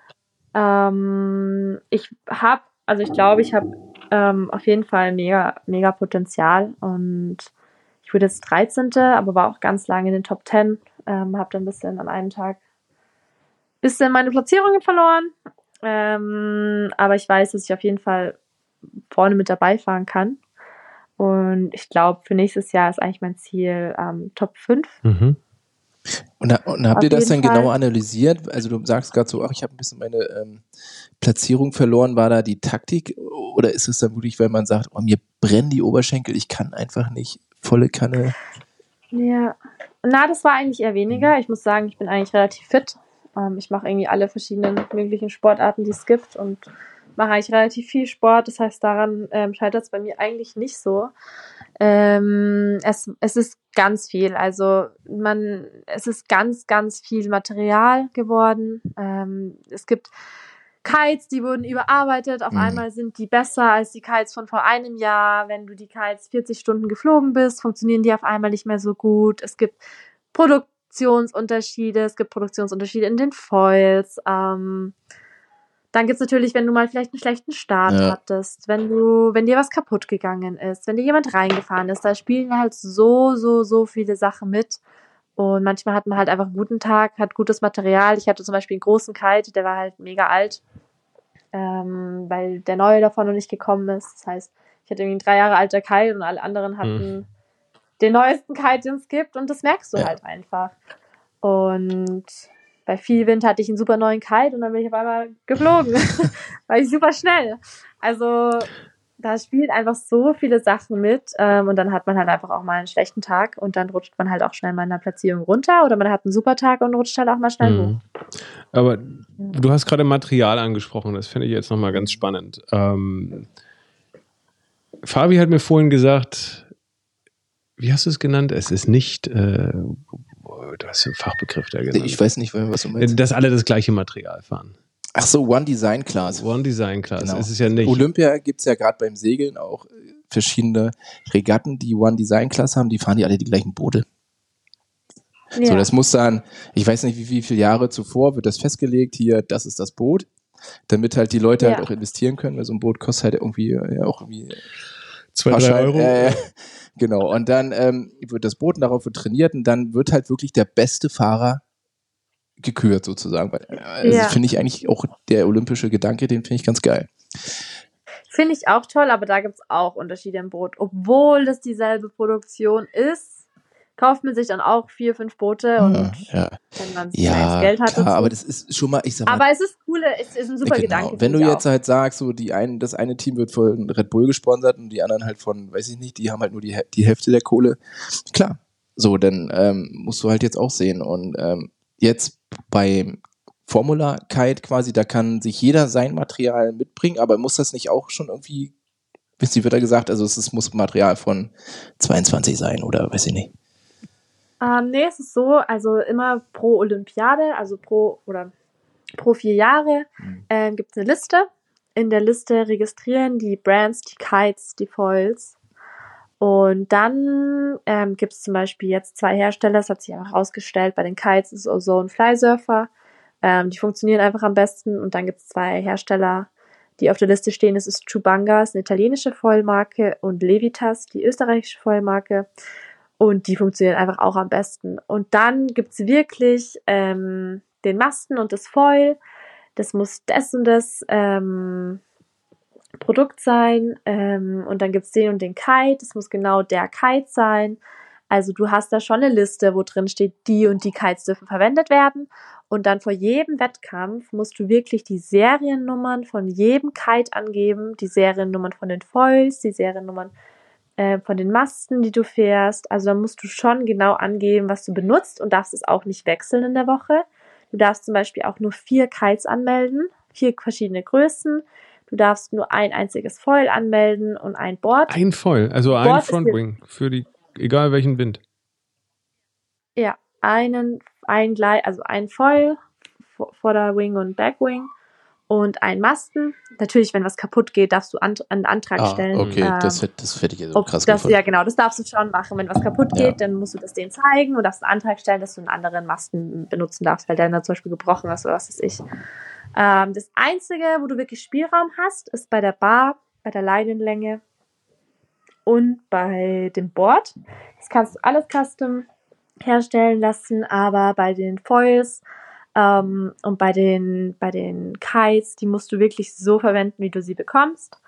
Ähm, ich habe, also ich glaube, ich habe ähm, auf jeden Fall mega, mega Potenzial und ich wurde jetzt dreizehnte, aber war auch ganz lange in den Top zehn. Ähm, habe dann ein bisschen an einem Tag bisschen meine Platzierungen verloren. Ähm, aber ich weiß, dass ich auf jeden Fall vorne mit dabei fahren kann. Und ich glaube, für nächstes Jahr ist eigentlich mein Ziel ähm, Top fünf. Mhm. Und, ha- und habt Auf ihr das dann jeden Fall. genau analysiert? Also du sagst gerade so, ach, ich habe ein bisschen meine ähm, Platzierung verloren. War da die Taktik oder ist es dann wirklich, weil man sagt, oh, mir brennen die Oberschenkel, ich kann einfach nicht volle Kanne? Ja, na, das war eigentlich eher weniger. Ich muss sagen, ich bin eigentlich relativ fit. Ähm, ich mache irgendwie alle verschiedenen möglichen Sportarten, die es gibt und mache eigentlich relativ viel Sport. Das heißt, daran ähm, scheitert es bei mir eigentlich nicht so. Ähm, es, es ist ganz viel. Also man, es ist ganz, ganz viel Material geworden. Ähm, es gibt Kites, die wurden überarbeitet. Auf Mhm. einmal sind die besser als die Kites von vor einem Jahr. Wenn du die Kites vierzig Stunden geflogen bist, funktionieren die auf einmal nicht mehr so gut. Es gibt Produktionsunterschiede. Es gibt Produktionsunterschiede in den Foils. Ähm, dann gibt's natürlich, wenn du mal vielleicht einen schlechten Start Ja. hattest, wenn du, wenn dir was kaputt gegangen ist, wenn dir jemand reingefahren ist, da spielen halt so, so, so viele Sachen mit. Und manchmal hat man halt einfach einen guten Tag, hat gutes Material. Ich hatte zum Beispiel einen großen Kite, der war halt mega alt, ähm, weil der neue davon noch nicht gekommen ist. Das heißt, ich hatte irgendwie einen drei Jahre alter Kite und alle anderen hatten den neuesten Kite, den es gibt. Und das merkst du Ja. halt einfach. Und bei viel Wind hatte ich einen super neuen Kite und dann bin ich auf einmal geflogen. War ich super schnell. Also da spielen einfach so viele Sachen mit ähm, und dann hat man halt einfach auch mal einen schlechten Tag und dann rutscht man halt auch schnell mal in der Platzierung runter oder man hat einen super Tag und rutscht halt auch mal schnell hoch. Mhm. Aber du hast gerade Material angesprochen, das finde ich jetzt nochmal ganz spannend. Ähm, Fabi hat mir vorhin gesagt, wie hast du es genannt? Es ist nicht, äh, du hast den Fachbegriff da genannt. Ich weiß nicht, was du meinst. Dass alle das gleiche Material fahren. Ach so, One Design Class. One Design Class Genau. ist es ja nicht. Olympia gibt es ja gerade beim Segeln auch verschiedene Regatten, die One Design Class haben, die fahren die alle die gleichen Boote. Ja. So, das muss dann, ich weiß nicht, wie, wie viele Jahre zuvor wird das festgelegt, hier, das ist das Boot, damit halt die Leute Ja. halt auch investieren können, weil so ein Boot kostet halt irgendwie, ja, auch irgendwie Zwei, drei Fahrschein, Euro. Äh, genau, und dann ähm, wird das Boot und darauf wird trainiert und dann wird halt wirklich der beste Fahrer gekürt sozusagen. Also Ja. finde ich eigentlich auch der olympische Gedanke, den finde ich ganz geil. Finde ich auch toll, aber da gibt es auch Unterschiede im Boot. Obwohl das dieselbe Produktion ist, kauft man sich dann auch vier, fünf Boote und ja, wenn man ja das Geld hat klar, dazu. aber das ist schon mal, ich sag mal, Aber es ist coole, es ist ein super genau. Gedanke. Wenn finde du ich jetzt auch. halt sagst, so die ein, das eine Team wird von Red Bull gesponsert und die anderen halt von, weiß ich nicht, die haben halt nur die, Häl- die Hälfte der Kohle. Klar, so, dann ähm, musst du halt jetzt auch sehen. Und ähm, jetzt beim Formula Kite quasi, da kann sich jeder sein Material mitbringen, aber muss das nicht auch schon irgendwie, wisst ihr, wird da gesagt, also es ist, muss Material von zweiundzwanzig sein oder weiß ich nicht. Ähm, nee, es ist so, also immer pro Olympiade, also pro oder pro vier Jahre, ähm, gibt es eine Liste. In der Liste registrieren die Brands, die Kites, die Foils. Und dann ähm, gibt es zum Beispiel jetzt zwei Hersteller, das hat sich einfach herausgestellt, bei den Kites ist Ozone Flysurfer. Ähm, die funktionieren einfach am besten. Und dann gibt es zwei Hersteller, die auf der Liste stehen. Das ist Chubanga, das ist eine italienische Foilmarke, und Levitas, die österreichische Foilmarke. Und die funktionieren einfach auch am besten. Und dann gibt's wirklich ähm, den Masten und das Foil. Das muss das und das ähm, Produkt sein. Ähm, und dann gibt's den und den Kite. Das muss genau der Kite sein. Also du hast da schon eine Liste, wo drin steht, die und die Kites dürfen verwendet werden. Und dann vor jedem Wettkampf musst du wirklich die Seriennummern von jedem Kite angeben. Die Seriennummern von den Foils, die Seriennummern äh, von den Masten, die du fährst. Also da musst du schon genau angeben, was du benutzt, und darfst es auch nicht wechseln in der Woche. Du darfst zum Beispiel auch nur vier Kites anmelden, vier verschiedene Größen. Du darfst nur ein einziges Foil anmelden und ein Board. Ein Foil, also ein Board ist Frontwing für die, egal welchen Wind. Ja, einen, ein Glei- also ein Foil, Vor- Vorderwing und Backwing, und ein Masten. Natürlich, wenn was kaputt geht, darfst du an, einen Antrag Ah, stellen. okay, ähm, das, hätte- das hätte ich ja so ob krass das, gefunden. ja, genau, das darfst du schon machen. Wenn was kaputt Ja. geht, dann musst du das denen zeigen und darfst einen Antrag stellen, dass du einen anderen Masten benutzen darfst, weil der dann zum Beispiel gebrochen ist oder was weiß ich. Ähm, das Einzige, wo du wirklich Spielraum hast, ist bei der Bar, bei der Leinenlänge und bei dem Board. Das kannst du alles custom herstellen lassen, aber bei den Foils ähm, und bei den, bei den Kites, die musst du wirklich so verwenden, wie du sie bekommst.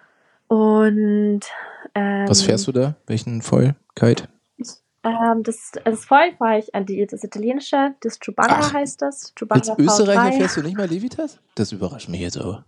Und ähm, Was fährst du da? Welchen Foil? Kite? Ähm, das, das Foil fahre ich an die, das italienische, das Chubanga Ach, heißt das. Chubanga Als Österreicher V drei. fährst du nicht mal Levitas? Das überrascht mich jetzt aber.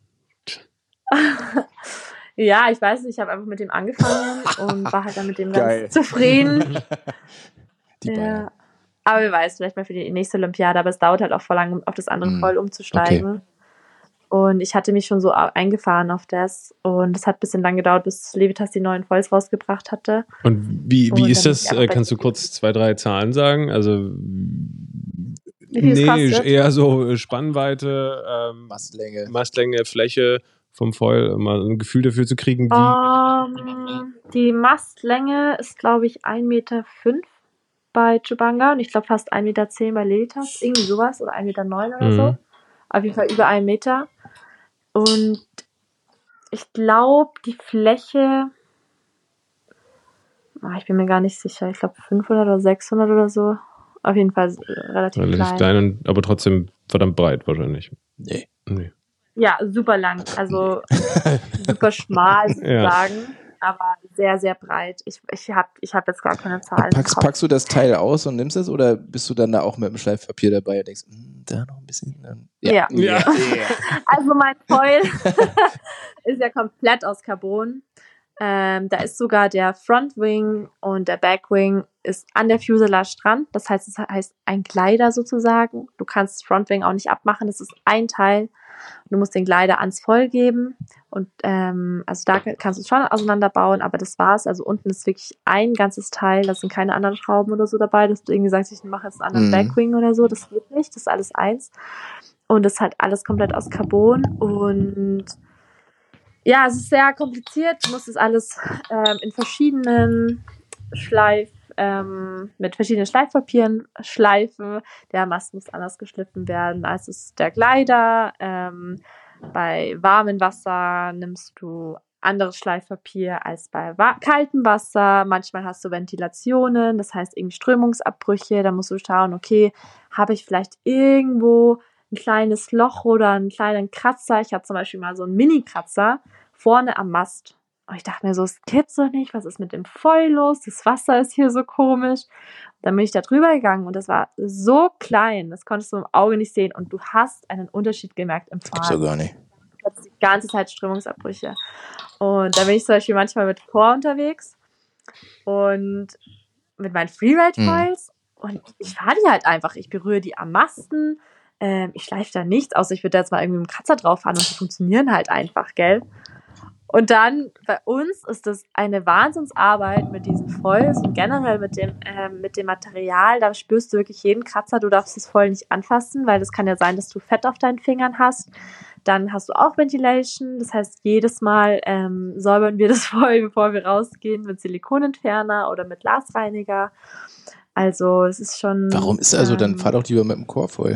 Ja, ich weiß nicht, ich habe einfach mit dem angefangen und war halt dann mit dem Geil. ganz zufrieden. Die Beine. Ja. Aber wer weiß, vielleicht mal für die nächste Olympiade, aber es dauert halt auch voll lang, um auf das andere Mm, Foil umzusteigen. Und ich hatte mich schon so au- eingefahren auf das, und es hat ein bisschen lang gedauert, bis Levitas die neuen Foils rausgebracht hatte. Und wie, wie Und ist dann das? bin ich einfach Äh, bei- kannst du kurz zwei, drei Zahlen sagen? Also Wie viel es nee, kostet? eher so Spannweite, ähm, Mastlänge. Mastlänge, Fläche vom Foil, um mal ein Gefühl dafür zu kriegen, wie. Ähm, die Mastlänge ist, glaube ich, ein Meter fünf bei Chubanga und ich glaube fast ein Meter zehn bei Levitas. Irgendwie sowas. Oder ein Meter neun oder Mhm. so. Auf jeden Fall über einen Meter. Und ich glaube, die Fläche, ah, ich bin mir gar nicht sicher, ich glaube fünfhundert oder sechshundert oder so. Auf jeden Fall äh, relativ, Relativ klein. klein, und, aber trotzdem verdammt breit wahrscheinlich. Nee. Nee. Ja, super lang. Also super schmal sozusagen. Aber sehr, sehr breit. Ich, ich habe ich hab jetzt gar keine Zahlen. im Packst, Kopf. packst du das Teil aus und nimmst es, oder bist du dann da auch mit dem Schleifpapier dabei und denkst, "Hm, da noch ein bisschen? Dann- Ja. Ja. Also mein Foil ist ja komplett aus Carbon. Ähm, da ist sogar der Frontwing und der Backwing ist an der Fuselage dran. Das heißt, es heißt ein Glider sozusagen. Du kannst das Frontwing auch nicht abmachen. Das ist ein Teil. Du musst den Glider ans Foil geben. Und ähm, also da kannst du es schon auseinanderbauen, aber das war's. Also unten ist wirklich ein ganzes Teil. Da sind keine anderen Schrauben oder so dabei, dass du irgendwie sagst, ich mache jetzt einen anderen Mhm. Backwing oder so. Das geht nicht. Das ist alles eins. und das ist halt alles komplett aus Carbon und ja, es ist sehr kompliziert. Du musst das alles ähm, in verschiedenen Schleif, ähm, mit verschiedenen Schleifpapieren schleifen. Der Mast muss anders geschliffen werden als es der Glider. Ähm, bei warmem Wasser nimmst du anderes Schleifpapier als bei wa- kaltem Wasser. Manchmal hast du Ventilationen, das heißt irgendwie Strömungsabbrüche. Da musst du schauen, okay, habe ich vielleicht irgendwo ein kleines Loch oder einen kleinen Kratzer. Ich hatte zum Beispiel mal so einen Mini-Kratzer vorne am Mast. Und ich dachte mir so, es gibt's doch nicht, was ist mit dem Foil los? Das Wasser ist hier so komisch. Dann bin ich da drüber gegangen und das war so klein, das konntest du im Auge nicht sehen und du hast einen Unterschied gemerkt im Gibt's doch Fahren. gar nicht. Du hattest die ganze Zeit Strömungsabbrüche. Und da bin ich zum Beispiel manchmal mit Core unterwegs und mit meinen Freeride-Foils und ich fahre die halt einfach. Ich berühre die am Masten, ähm, ich schleife da nichts, außer ich würde da jetzt mal irgendwie mit dem Kratzer drauf fahren und die funktionieren halt einfach, gell? Und dann bei uns ist das eine Wahnsinnsarbeit mit diesen Foils und generell mit dem, ähm, mit dem Material. Da spürst du wirklich jeden Kratzer. Du darfst das Foil nicht anfassen, weil das kann ja sein, dass du Fett auf deinen Fingern hast. Dann hast du auch Ventilation. Das heißt, jedes Mal ähm, säubern wir das Foil, bevor wir rausgehen, mit Silikonentferner oder mit Glasreiniger. Also es ist schon... Warum ist also, dann ähm, fahr doch lieber mit dem Core voll.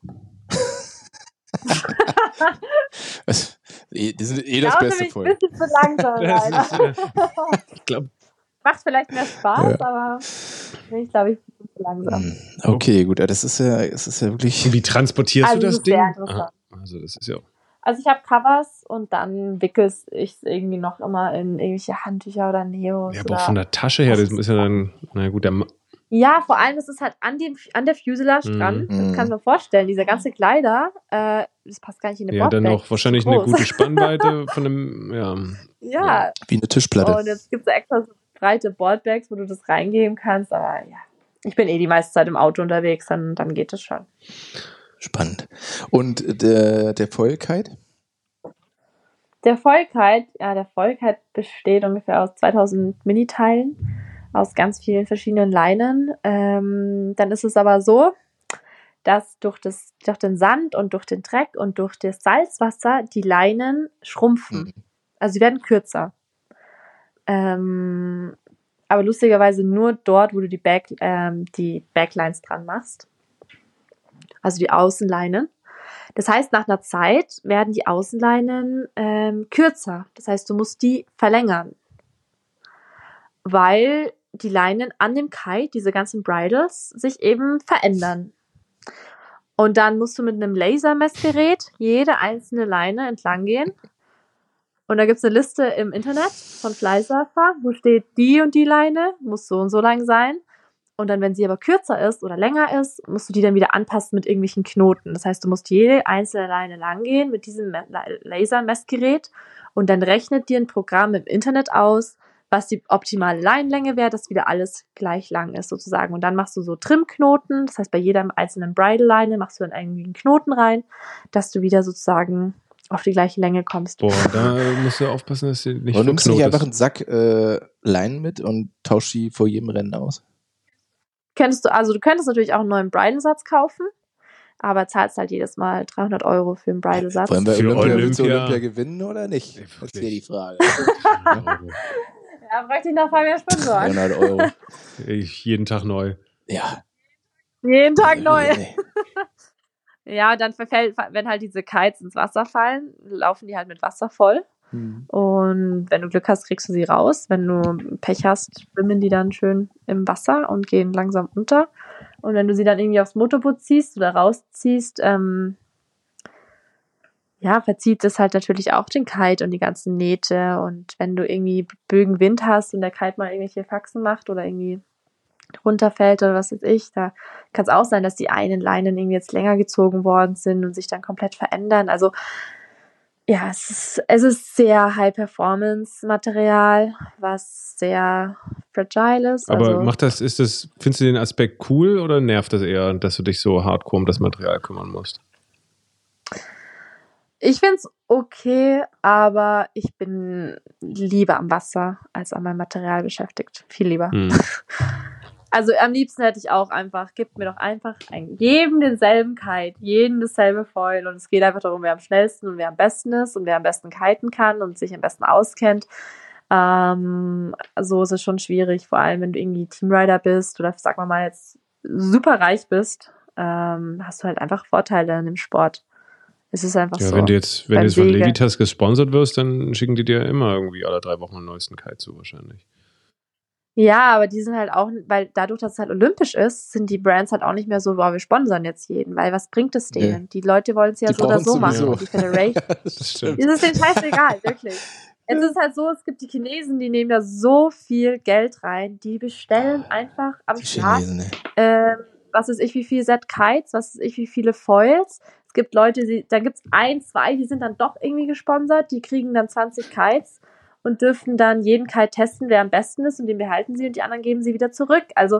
Also, eh- das ist eh das ja, beste ein voll. bisschen zu langsam, Das leider. ist, äh, ich glaube, Macht vielleicht mehr Spaß, Ja. aber ich glaube, ich bin zu langsam. Hm, Okay, gut, ja, das ist ja, es ist ja wirklich. wie transportierst Also du es das ist sehr Ding? interessant. Ah, also das ist ja Also ich habe Covers und dann wickel ich es irgendwie noch immer in irgendwelche Handtücher oder Neos. ja, aber oder auch von der Tasche her, das ist ja dann, na gut, der Ma- ja, vor allem, das ist halt an, dem, an der Fuselage Mhm. dran. Das Mhm. kannst du dir vorstellen. Dieser ganze Kleider, äh, das passt gar nicht in eine ja, dann Boardbag. noch Das ist wahrscheinlich zu eine groß. gute Spannweite von einem, ja. Ja, Wie eine Tischplatte. und jetzt gibt es extra so breite Boardbags, wo du das reingeben kannst. Aber ja, ich bin eh die meiste Zeit im Auto unterwegs, dann, dann geht es schon. Spannend. Und der, der Vollkeit? Der Vollkite, ja, der Vollkite besteht ungefähr aus zweitausend Miniteilen, aus ganz vielen verschiedenen Leinen. Ähm, dann ist es aber so, dass durch, das, durch den Sand und durch den Dreck und durch das Salzwasser die Leinen schrumpfen. Mhm. Also sie werden kürzer. Ähm, aber lustigerweise nur dort, wo du die, Back, ähm, die Backlines dran machst. Also die Außenleinen. Das heißt, nach einer Zeit werden die Außenleinen ähm, kürzer. Das heißt, du musst die verlängern. Weil die Leinen an dem Kite, diese ganzen Bridles, sich eben verändern. Und dann musst du mit einem Lasermessgerät jede einzelne Leine entlang gehen. Und da gibt es eine Liste im Internet von Flysurfer, wo steht, die und die Leine muss so und so lang sein. Und dann, wenn sie aber kürzer ist oder länger ist, musst du die dann wieder anpassen mit irgendwelchen Knoten. Das heißt, du musst jede einzelne Leine lang gehen mit diesem Lasermessgerät und dann rechnet dir ein Programm im Internet aus, was die optimale Leinenlänge wäre, dass wieder alles gleich lang ist sozusagen. Und dann machst du so Trimknoten, das heißt, bei jeder einzelnen Bridle-Leine machst du dann irgendwie einen Knoten rein, dass du wieder sozusagen auf die gleiche Länge kommst. Boah, da musst du aufpassen, dass du nicht Und nimmst du nicht verknotest. einfach einen Sack äh, Leinen mit und tauschst die vor jedem Rennen aus? Könntest du, also du könntest natürlich auch einen neuen Bridle-Satz kaufen, aber zahlst halt jedes Mal dreihundert Euro für einen Bridle-Satz. Wollen wir Für Olympia, willst du Olympia. Olympia gewinnen oder nicht? Ey, Das ist wirklich. hier die Frage. Ja, bräuchte ich noch mal mehr Sponsoren. dreihundert Euro. Ich, jeden Tag neu. Ja. Jeden Tag neu. Nee. Ja, dann verfällt, wenn halt diese Kites ins Wasser fallen, laufen die halt mit Wasser voll. Hm. Und wenn du Glück hast, kriegst du sie raus. Wenn du Pech hast, schwimmen die dann schön im Wasser und gehen langsam unter. Und wenn du sie dann irgendwie aufs Motorboot ziehst oder rausziehst, ähm, ja, verzieht das halt natürlich auch den Kite und die ganzen Nähte. Und wenn du irgendwie Bögen Wind hast und der Kite mal irgendwelche Faxen macht oder irgendwie runterfällt oder was weiß ich, da kann es auch sein, dass die einen Leinen irgendwie jetzt länger gezogen worden sind und sich dann komplett verändern. Also ja, es ist, es ist sehr High-Performance-Material, was sehr fragile ist. Aber also, macht das, ist das, findest du den Aspekt cool oder nervt das eher, dass du dich so hardcore um das Material kümmern musst? ich finde es okay, aber ich bin lieber am Wasser als an meinem Material beschäftigt. Viel lieber. Hm. Also am liebsten hätte ich auch einfach, gib mir doch einfach ein, jedem denselben Kite, jedem dasselbe Foil und es geht einfach darum, wer am schnellsten und wer am besten ist und wer am besten kiten kann und sich am besten auskennt. Ähm, so ist es schon schwierig, vor allem wenn du irgendwie Teamrider bist oder sag mal mal jetzt super reich bist, ähm, hast du halt einfach Vorteile in dem Sport. Es ist einfach Ja, so. wenn du jetzt, wenn Beim du jetzt von Segeln. Levitas gesponsert wirst, dann schicken die dir immer irgendwie alle drei Wochen einen neuesten Kite zu wahrscheinlich. Ja, aber die sind halt auch, weil dadurch, dass es halt olympisch ist, sind die Brands halt auch nicht mehr so, boah, wir sponsern jetzt jeden, weil was bringt es denen? Nee. Die Leute wollen es ja Die so oder brauchen's so machen. sowieso. Und die Federation, Das stimmt. es ist denen scheißegal, wirklich. Es ist halt so, es gibt die Chinesen, die nehmen da so viel Geld rein, die bestellen einfach am Die Start, Chinesen, ne? ähm, was weiß ich, wie viel Set Kites, was weiß ich, wie viele Foils. Es gibt Leute, die, da gibt's ein, zwei, die sind dann doch irgendwie gesponsert, die kriegen dann zwanzig Kites und dürfen dann jeden Kite testen, wer am besten ist und den behalten sie und die anderen geben sie wieder zurück. Also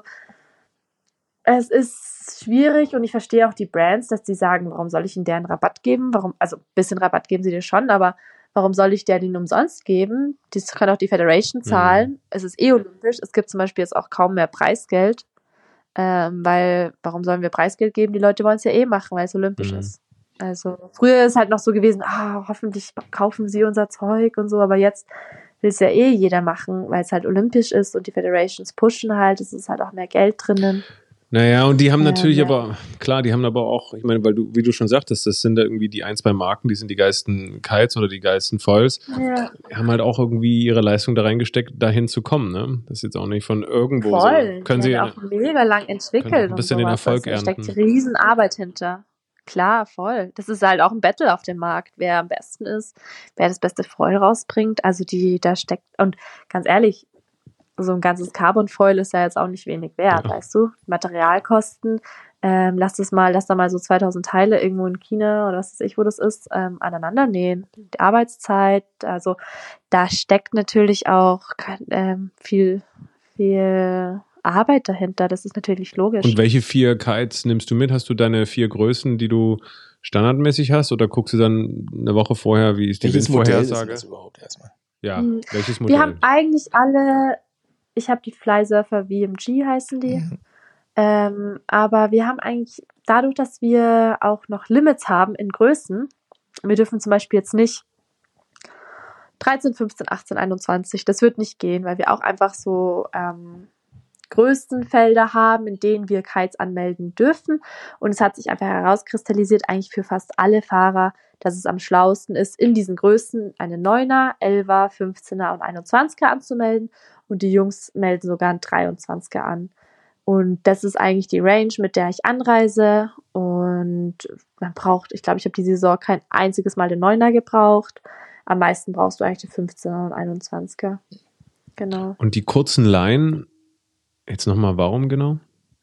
es ist schwierig und ich verstehe auch die Brands, dass die sagen, warum soll ich ihnen deren Rabatt geben? Warum, also ein bisschen Rabatt geben sie dir schon, aber warum soll ich der den umsonst geben? Das kann auch die Federation zahlen. Mhm. Es ist eh olympisch. Es gibt zum Beispiel jetzt auch kaum mehr Preisgeld, ähm, weil warum sollen wir Preisgeld geben? Die Leute wollen es ja eh machen, weil es olympisch Mhm. ist. Also früher ist halt noch so gewesen, ah, hoffentlich kaufen sie unser Zeug und so, aber jetzt will es ja eh jeder machen, weil es halt olympisch ist und die Federations pushen halt, es ist halt auch mehr Geld drinnen. Naja, und die haben Ähm, natürlich ja. aber, klar, die haben aber auch, ich meine, weil du, wie du schon sagtest, das sind da irgendwie die ein, zwei Marken, die sind die geilsten Kites oder die geilsten Foils, Ja, die haben halt auch irgendwie ihre Leistung da reingesteckt, dahin zu kommen, ne? Das ist jetzt auch nicht von irgendwo so. voll. Können Die sie haben ja auch mega lang können auch entwickelt ein und bisschen den sowas. Erfolg Also, da steckt ernten. riesen Arbeit hinter. Klar, voll. Das ist halt auch ein Battle auf dem Markt, wer am besten ist, wer das beste Foil rausbringt. Also die, da steckt, und ganz ehrlich, so ein ganzes Carbon-Foil ist ja jetzt auch nicht wenig wert, Ja. weißt du? Materialkosten, ähm, lass das mal, lass da mal so zweitausend Teile irgendwo in China oder was weiß ich, wo das ist, ähm, aneinander nähen. Die Arbeitszeit, also da steckt natürlich auch ähm, viel, viel Arbeit dahinter. Das ist natürlich logisch. Und welche vier Kites nimmst du mit? Hast du deine vier Größen, die du standardmäßig hast, oder guckst du dann eine Woche vorher, wie ist die Welches Modell ist denn Windvorhersage? das überhaupt erstmal? Ja, Hm. welches Wir haben Modell? eigentlich alle, ich habe die Flysurfer V M G heißen die, Mhm. ähm, aber wir haben eigentlich, dadurch, dass wir auch noch Limits haben in Größen, wir dürfen zum Beispiel jetzt nicht dreizehn, fünfzehn, achtzehn, einundzwanzig, das wird nicht gehen, weil wir auch einfach so ähm, Größenfelder haben, in denen wir Kites anmelden dürfen. Und es hat sich einfach herauskristallisiert, eigentlich für fast alle Fahrer, dass es am schlauesten ist, in diesen Größen eine neuner, elfer, fünfzehner und einundzwanziger anzumelden. Und die Jungs melden sogar einen dreiundzwanziger an. Und das ist eigentlich die Range, mit der ich anreise. Und man braucht, ich glaube, ich habe die Saison kein einziges Mal den neuner gebraucht. Am meisten brauchst du eigentlich den fünfzehner und einundzwanziger. Genau. Und die kurzen Leinen, jetzt nochmal, warum genau?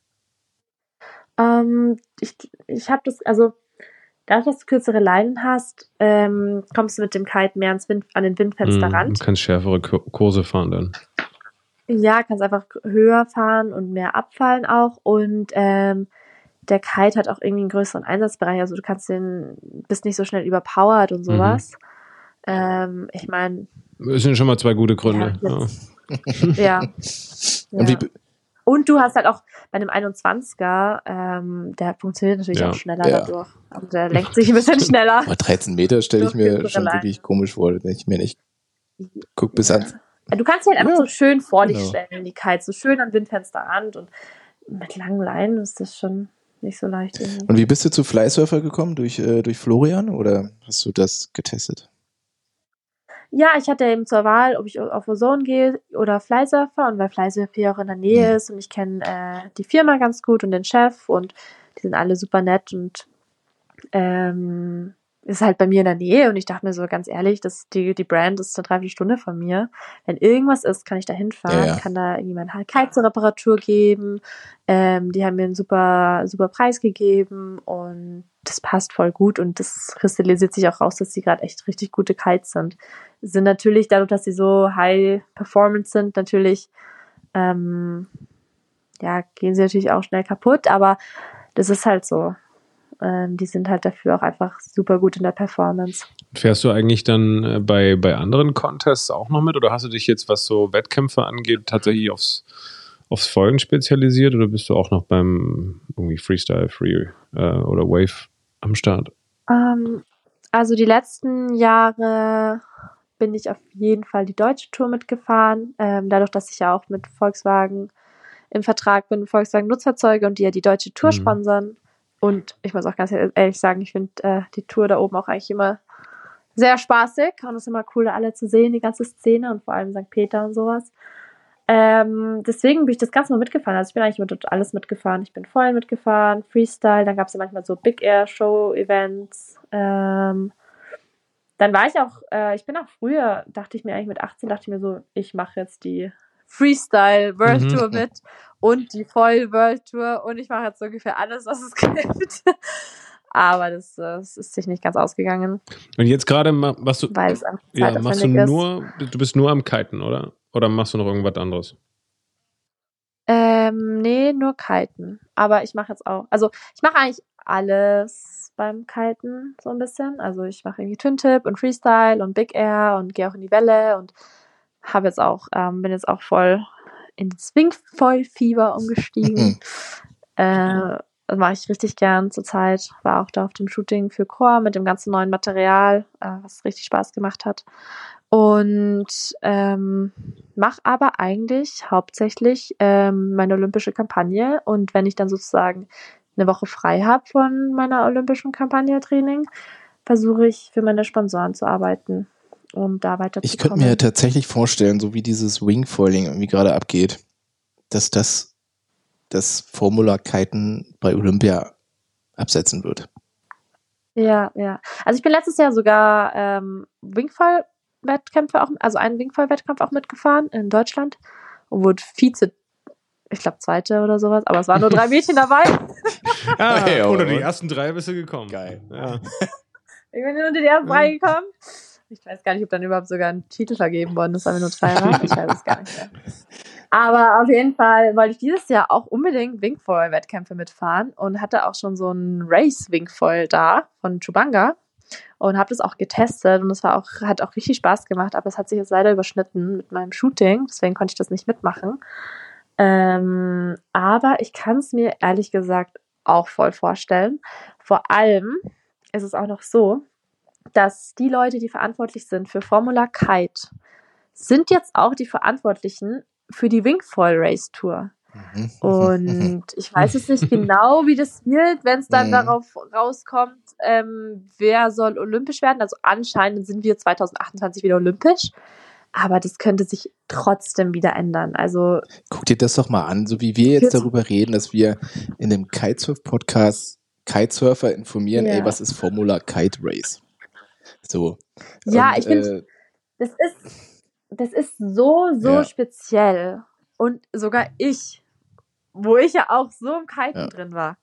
Ähm, ich ich habe das, also dadurch, dass du kürzere Leinen hast, ähm, kommst du mit dem Kite mehr ans Wind, an den Windfensterrand. Hm, du kannst schärfere Kur- Kurse fahren dann. Ja, kannst einfach höher fahren und mehr abfallen auch. Und ähm, der Kite hat auch irgendwie einen größeren Einsatzbereich. Also du kannst den, bist nicht so schnell überpowered und sowas. Ähm, ich meine, Das sind schon mal zwei gute Gründe. Ja, Ja. ja. Und ja. wie, Und du hast halt auch bei einem einundzwanziger, ähm, der funktioniert natürlich Ja. auch schneller Ja. dadurch. Und der lenkt sich ein bisschen schneller. aber dreizehn Meter stelle ich Durch mir kürzere schon Leinen. wirklich komisch vor. Wenn ich mir nicht guck bis ans. Du kannst sie halt einfach Ja, so schön vor dich genau. stellen, die Kites, so schön am Windfensterrand. Und mit langen Leinen ist das schon nicht so leicht irgendwie. Und wie bist du zu Flysurfer gekommen? Durch, äh, durch Florian oder hast du das getestet? Ja, ich hatte eben zur Wahl, ob ich auf Ozone gehe oder Flysurfer. Und weil Flysurfer hier auch in der Nähe Mhm. ist und ich kenne äh, die Firma ganz gut und den Chef und die sind alle super nett und ähm, ist halt bei mir in der Nähe. Und ich dachte mir so ganz ehrlich, dass die, die Brand ist eine Dreiviertelstunde von mir. Wenn irgendwas ist, kann ich da hinfahren, Ja, ja. kann da irgendjemand Kite zur Reparatur geben. Ähm, die haben mir einen super, super Preis gegeben und das passt voll gut und das kristallisiert sich auch raus, dass die gerade echt richtig gute Kites sind. Sind natürlich, dadurch, dass sie so high performance sind, natürlich, ähm, ja, gehen sie natürlich auch schnell kaputt, aber das ist halt so. Ähm, die sind halt dafür auch einfach super gut in der Performance. Fährst du eigentlich dann äh, bei, bei anderen Contests auch noch mit oder hast du dich jetzt, was so Wettkämpfe angeht, tatsächlich aufs, aufs Folgen spezialisiert oder bist du auch noch beim irgendwie Freestyle, Free äh, oder Wave am Start? Ähm, also die letzten Jahre bin ich auf jeden Fall die deutsche Tour mitgefahren. Ähm, dadurch, dass ich ja auch mit Volkswagen im Vertrag bin, Volkswagen Nutzfahrzeuge und die ja die deutsche Tour Mhm. sponsern. Und ich muss auch ganz ehrlich sagen, ich finde äh, die Tour da oben auch eigentlich immer sehr spaßig und es ist immer cool, alle zu sehen, die ganze Szene und vor allem Sankt Peter und sowas. Ähm, deswegen bin ich das Ganze mal mitgefahren. Also ich bin eigentlich mit alles mitgefahren. Ich bin voll mitgefahren, Freestyle, dann gab es ja manchmal so Big Air Show Events. Ähm, dann war ich auch, äh, ich bin auch früher, dachte ich mir eigentlich mit achtzehn, dachte ich mir so, ich mache jetzt die Freestyle World Mhm. Tour mit und die Voll World Tour und ich mache jetzt so ungefähr alles, was es gibt. Aber das, das ist sich nicht ganz ausgegangen, Und jetzt gerade ma- machst du, weil es einfach ja, machst du zeitaufwendig ist. nur, du bist nur am Kiten, oder? Oder machst du noch irgendwas anderes? Ähm, nee, nur Kiten. Aber ich mache jetzt auch, also ich mache eigentlich alles beim Kiten so ein bisschen. Also ich mache irgendwie Twin Tip und Freestyle und Big Air und gehe auch in die Welle und habe jetzt auch, ähm, bin jetzt auch voll ins Wingfoil-Fieber umgestiegen. äh, das mache ich richtig gern zurzeit. War auch da auf dem Shooting für Core mit dem ganzen neuen Material, äh, was richtig Spaß gemacht hat. Und ähm, mache aber eigentlich hauptsächlich ähm, meine olympische Kampagne. Und wenn ich dann sozusagen eine Woche frei habe von meiner olympischen Kampagne-Training, versuche ich für meine Sponsoren zu arbeiten, um da weiterzukommen. Ich könnte mir tatsächlich vorstellen, so wie dieses Wingfoiling irgendwie gerade abgeht, dass das das Formula-Kiten bei Olympia absetzen wird. Ja, ja. Also ich bin letztes Jahr sogar ähm, Wingfoil-Wettkämpfe auch, also einen Wingfoil-Wettkampf auch mitgefahren in Deutschland und wurde Vize, ich glaube Zweite oder sowas, aber es waren nur drei Mädchen dabei. Ah, Hey, unter und- die ersten drei bist du gekommen. Geil. Ja. Ich bin nur unter die ersten drei gekommen. Ich weiß gar nicht, ob dann überhaupt sogar ein Titel vergeben worden ist, weil wir nur zwei waren. Ich weiß es gar nicht mehr. Aber auf jeden Fall wollte ich dieses Jahr auch unbedingt Wingfoil-Wettkämpfe mitfahren und hatte auch schon so ein Race-Wingfoil da von Chubanga und habe das auch getestet und es war auch, hat auch richtig Spaß gemacht, aber es hat sich jetzt leider überschnitten mit meinem Shooting, deswegen konnte ich das nicht mitmachen. Ähm, aber ich kann es mir ehrlich gesagt auch voll vorstellen. Vor allem ist es auch noch so, dass die Leute, die verantwortlich sind für Formula Kite, sind jetzt auch die Verantwortlichen für die Wingfoil Race Tour. Mhm. Und ich weiß jetzt nicht genau, wie das wird, wenn es dann Mhm. darauf rauskommt, ähm, wer soll olympisch werden. Also anscheinend sind wir zwanzig achtundzwanzig wieder olympisch. Aber das könnte sich trotzdem wieder ändern. Also Guck dir das doch mal an, so wie wir jetzt Jetzt- darüber reden, dass wir in dem Kitesurf-Podcast Kitesurfer informieren, Ja. ey, was ist Formula Kite Race? So. Ja, Und, ich find- äh, das ist, das ist so, so Ja. speziell. Und sogar ich, wo ich ja auch so im Kiten Ja. drin war.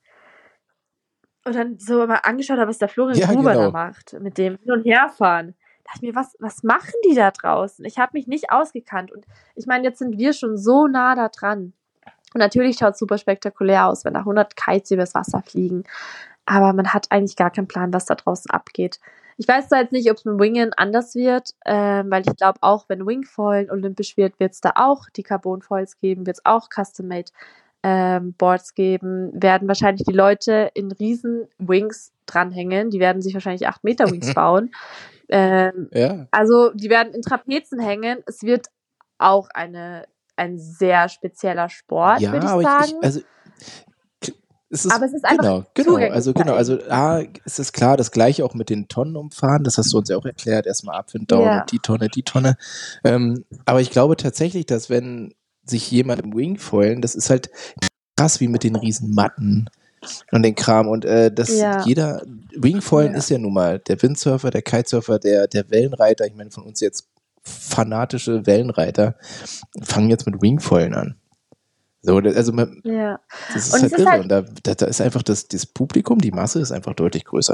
Und dann so mal angeschaut habe, was der Florian Ja, Gruber genau. da macht, mit dem Hin- und Herfahren. Da dachte ich mir, was, was machen die da draußen? Ich habe mich nicht ausgekannt. Und ich meine, jetzt sind wir schon so nah da dran. Und natürlich schaut es super spektakulär aus, wenn da hundert Kites übers Wasser fliegen. Aber man hat eigentlich gar keinen Plan, was da draußen abgeht. Ich weiß zwar jetzt nicht, ob es mit Wingen anders wird, ähm, weil ich glaube auch, wenn Wingfoil olympisch wird, wird es da auch die Carbon-Foils geben, wird es auch Custom-Made ähm, Boards geben, werden wahrscheinlich die Leute in riesen Wings dranhängen, die werden sich wahrscheinlich acht Meter Wings bauen. Ähm, ja. also die werden in Trapezen hängen. Es wird auch eine, ein sehr spezieller Sport, ja, würde ich aber sagen. ich, ich also k- es ist, Aber es ist einfach genau, genau, zugänglicher also genau, also irgendwie. A, es ist klar, das gleiche auch mit den Tonnen umfahren, das hast du uns ja auch erklärt, erstmal Upwind down Ja. und die Tonne, die Tonne. Ähm, aber ich glaube tatsächlich, dass wenn sich jemand im Wingfoilen, das ist halt krass wie mit den riesen Matten und den Kram und äh, dass Ja. jeder, Wingfoilen Ja. ist ja nun mal der Windsurfer, der Kitesurfer, der, der Wellenreiter, ich meine von uns jetzt fanatische Wellenreiter, fangen jetzt mit Wingfoilen an. So, das- also man, Ja. das ist Und halt es ist irre halt- und da, da, da ist einfach das, das Publikum, die Masse ist einfach deutlich größer.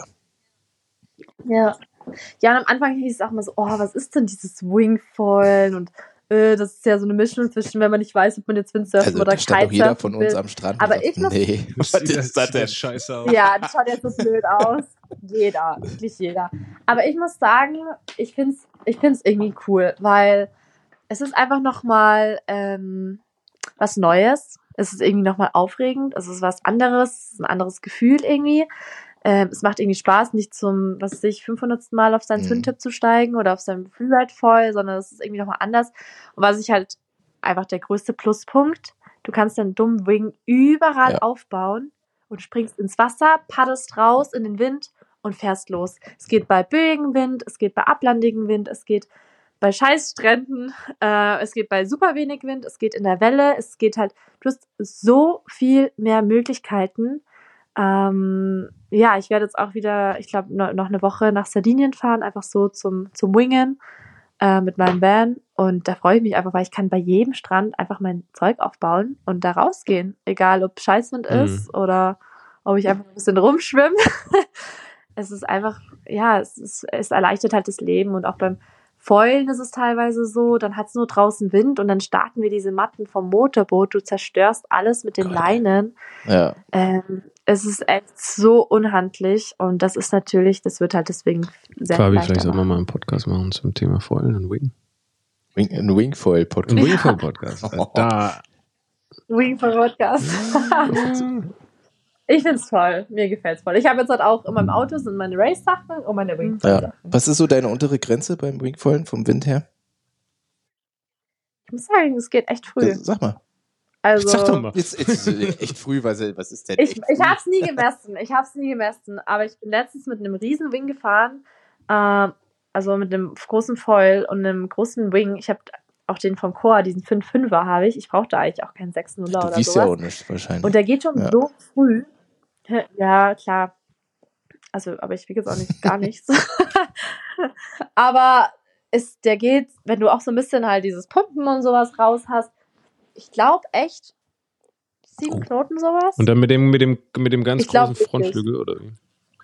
Ja. Ja, und am Anfang hieß es auch mal so, oh, was ist denn dieses Wingfoilen? Und äh, das ist ja so eine Mischung zwischen, wenn man nicht weiß, ob man jetzt Windsurfen Also oder da stand doch jeder Kitesurfen von uns will. am Strand Aber und ich sagt, muss- nee, was ist das denn? scheiße aus. Ja, das schaut jetzt so blöd aus. Jeder, wirklich jeder. Aber ich muss sagen, ich find's, ich find's irgendwie cool, weil es ist einfach nochmal, ähm, was Neues. Es ist irgendwie nochmal aufregend. Es ist was anderes, es ist ein anderes Gefühl irgendwie. Ähm, es macht irgendwie Spaß, nicht zum, was weiß ich, fünfhundertsten Mal auf seinen Mhm. Twin-Tip zu steigen oder auf seinem Freeride voll, sondern es ist irgendwie nochmal anders. Und was ich halt einfach der größte Pluspunkt, du kannst deinen dummen Wing überall Ja. aufbauen und springst ins Wasser, paddelst raus in den Wind und fährst los. Es geht bei böigem Wind, es geht bei ablandigem Wind, es geht bei Scheißstränden, äh, es geht bei super wenig Wind, es geht in der Welle, es geht halt, du hast so viel mehr Möglichkeiten. Ähm, ja, ich werde jetzt auch wieder, ich glaube, no, noch eine Woche nach Sardinien fahren, einfach so zum, zum Wingen äh, mit meinem Van. Und da freue ich mich einfach, weil ich kann bei jedem Strand einfach mein Zeug aufbauen und da rausgehen. Egal, ob Scheißwind Mhm. ist oder ob ich einfach ein bisschen rumschwimme. Es ist einfach, ja, es, ist, es erleichtert halt das Leben. Und auch beim Foilen ist es teilweise so, dann hat es nur draußen Wind und dann starten wir diese Matten vom Motorboot. Du zerstörst alles mit den Gott. Leinen. Ja. Ähm, es ist echt so unhandlich und das ist natürlich, das wird halt deswegen sehr Fabi, leichter vielleicht sollten wir machen. mal einen Podcast machen zum Thema Foilen und Wing. Wing, ein Wingfoil-Podcast. Ein Wingfoil-Podcast. Da. Wing for Podcast. Ich find's toll. Mir gefällt's voll. Ich habe jetzt halt auch in meinem Auto sind meine Race-Sachen und meine Ja. Wingfoil-Sachen. Was ist so deine untere Grenze beim Wingfoilen vom Wind her? Ich muss sagen, es geht echt früh. Ja, sag mal. Also, Sag doch mal. Jetzt, jetzt ist echt früh, was, was ist denn ich, echt ich früh? hab's nie gemessen. Ich hab's nie gemessen. Aber ich bin letztens mit einem riesen Wing gefahren. Ähm, also mit einem großen Foil und einem großen Wing. Ich habe auch den vom Chor, diesen fünf fünfer habe ich. Ich brauchte eigentlich auch keinen sechs nuller Du oder wiest sowas. ja auch nicht wahrscheinlich. Und der geht schon Ja. so früh. Ja, klar. Also, aber ich wiege jetzt auch nicht gar nichts. Aber ist, der geht, wenn du auch so ein bisschen halt dieses Pumpen und sowas raus hast, ich glaube echt sieben Oh. Knoten sowas. Und dann mit dem, mit dem, mit dem ganz Ich glaub großen wirklich. Frontflügel, oder wie?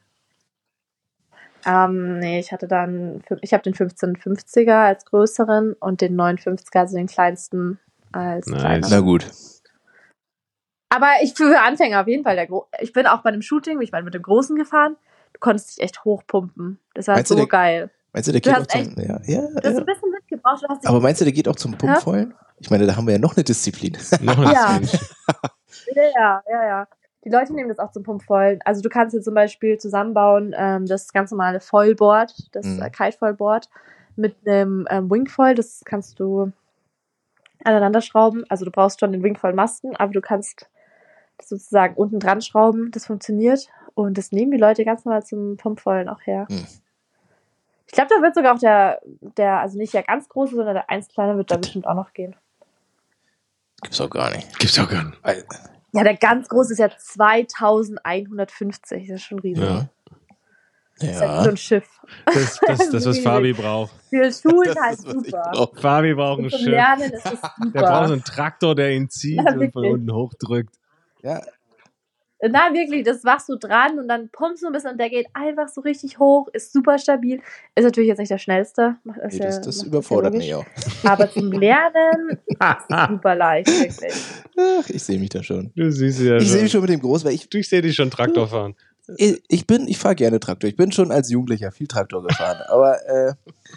Ähm, nee, ich hatte dann, ich habe den fünfzehn fünfziger als größeren und den neunundfünfziger, also den kleinsten, als Nice. kleineren. Na gut. Aber ich für Anfänger auf jeden Fall der Gro Ich bin auch bei einem Shooting, ich meine mit dem Großen gefahren. Du konntest dich echt hochpumpen. Das war Meinst du, so der- geil. Meinst du, der Du geht auch hast zum. Ja, ja, Du hast ja. ein bisschen mitgebraucht. Du hast dich Aber meinst du, der geht auch zum Pumpfoilen? Ich meine, da haben wir ja noch eine Disziplin. Noch eine Ja. Disziplin. Ja, ja, ja, ja. Die Leute nehmen das auch zum Pumpfoilen. Also du kannst jetzt zum Beispiel zusammenbauen, ähm, das ganz normale Foilboard, das Mhm. äh, Kite-Foilboard mit einem ähm, Wingfoil, das kannst du aneinander schrauben. Also du brauchst schon den Wingfoil-Masten, aber du kannst das sozusagen unten dran schrauben, das funktioniert. Und das nehmen die Leute ganz normal zum Pumpfoilen auch her. Mhm. Ich glaube, da wird sogar auch der, der, also nicht der ganz große, sondern der eins kleine wird da bestimmt auch noch gehen. Gibt's auch gar nicht. Gibt's auch gar nicht. Al- Ja, der ganz große ist ja zweitausendeinhundertfünfzig. Das ist schon riesig. Ja. Das ist ja wie so Ja. ein Schiff. Das, das, das was Fabi braucht. Für Schulen Das halt ist, was ich super. brauche. Fabi braucht ein Und zum Schiff. Lernen ist es Der braucht so super. einen Traktor, der ihn zieht Ja, und von wirklich. unten hochdrückt. Ja. Na, wirklich, das machst du dran und dann pumpst du ein bisschen und der geht einfach so richtig hoch, ist super stabil. Ist natürlich jetzt nicht der schnellste. Macht- ist Nee, ja- das, das macht überfordert ja mich auch. logisch. Aber zum Lernen super leicht, wirklich. Ach, ich sehe mich da schon. Du siehst ja Ich sehe schon. mich schon mit dem Groß, weil ich, Ich sehe dich schon Traktor fahren. ich, ich bin, ich fahre gerne Traktor. Ich bin schon als Jugendlicher viel Traktor gefahren. Aber äh,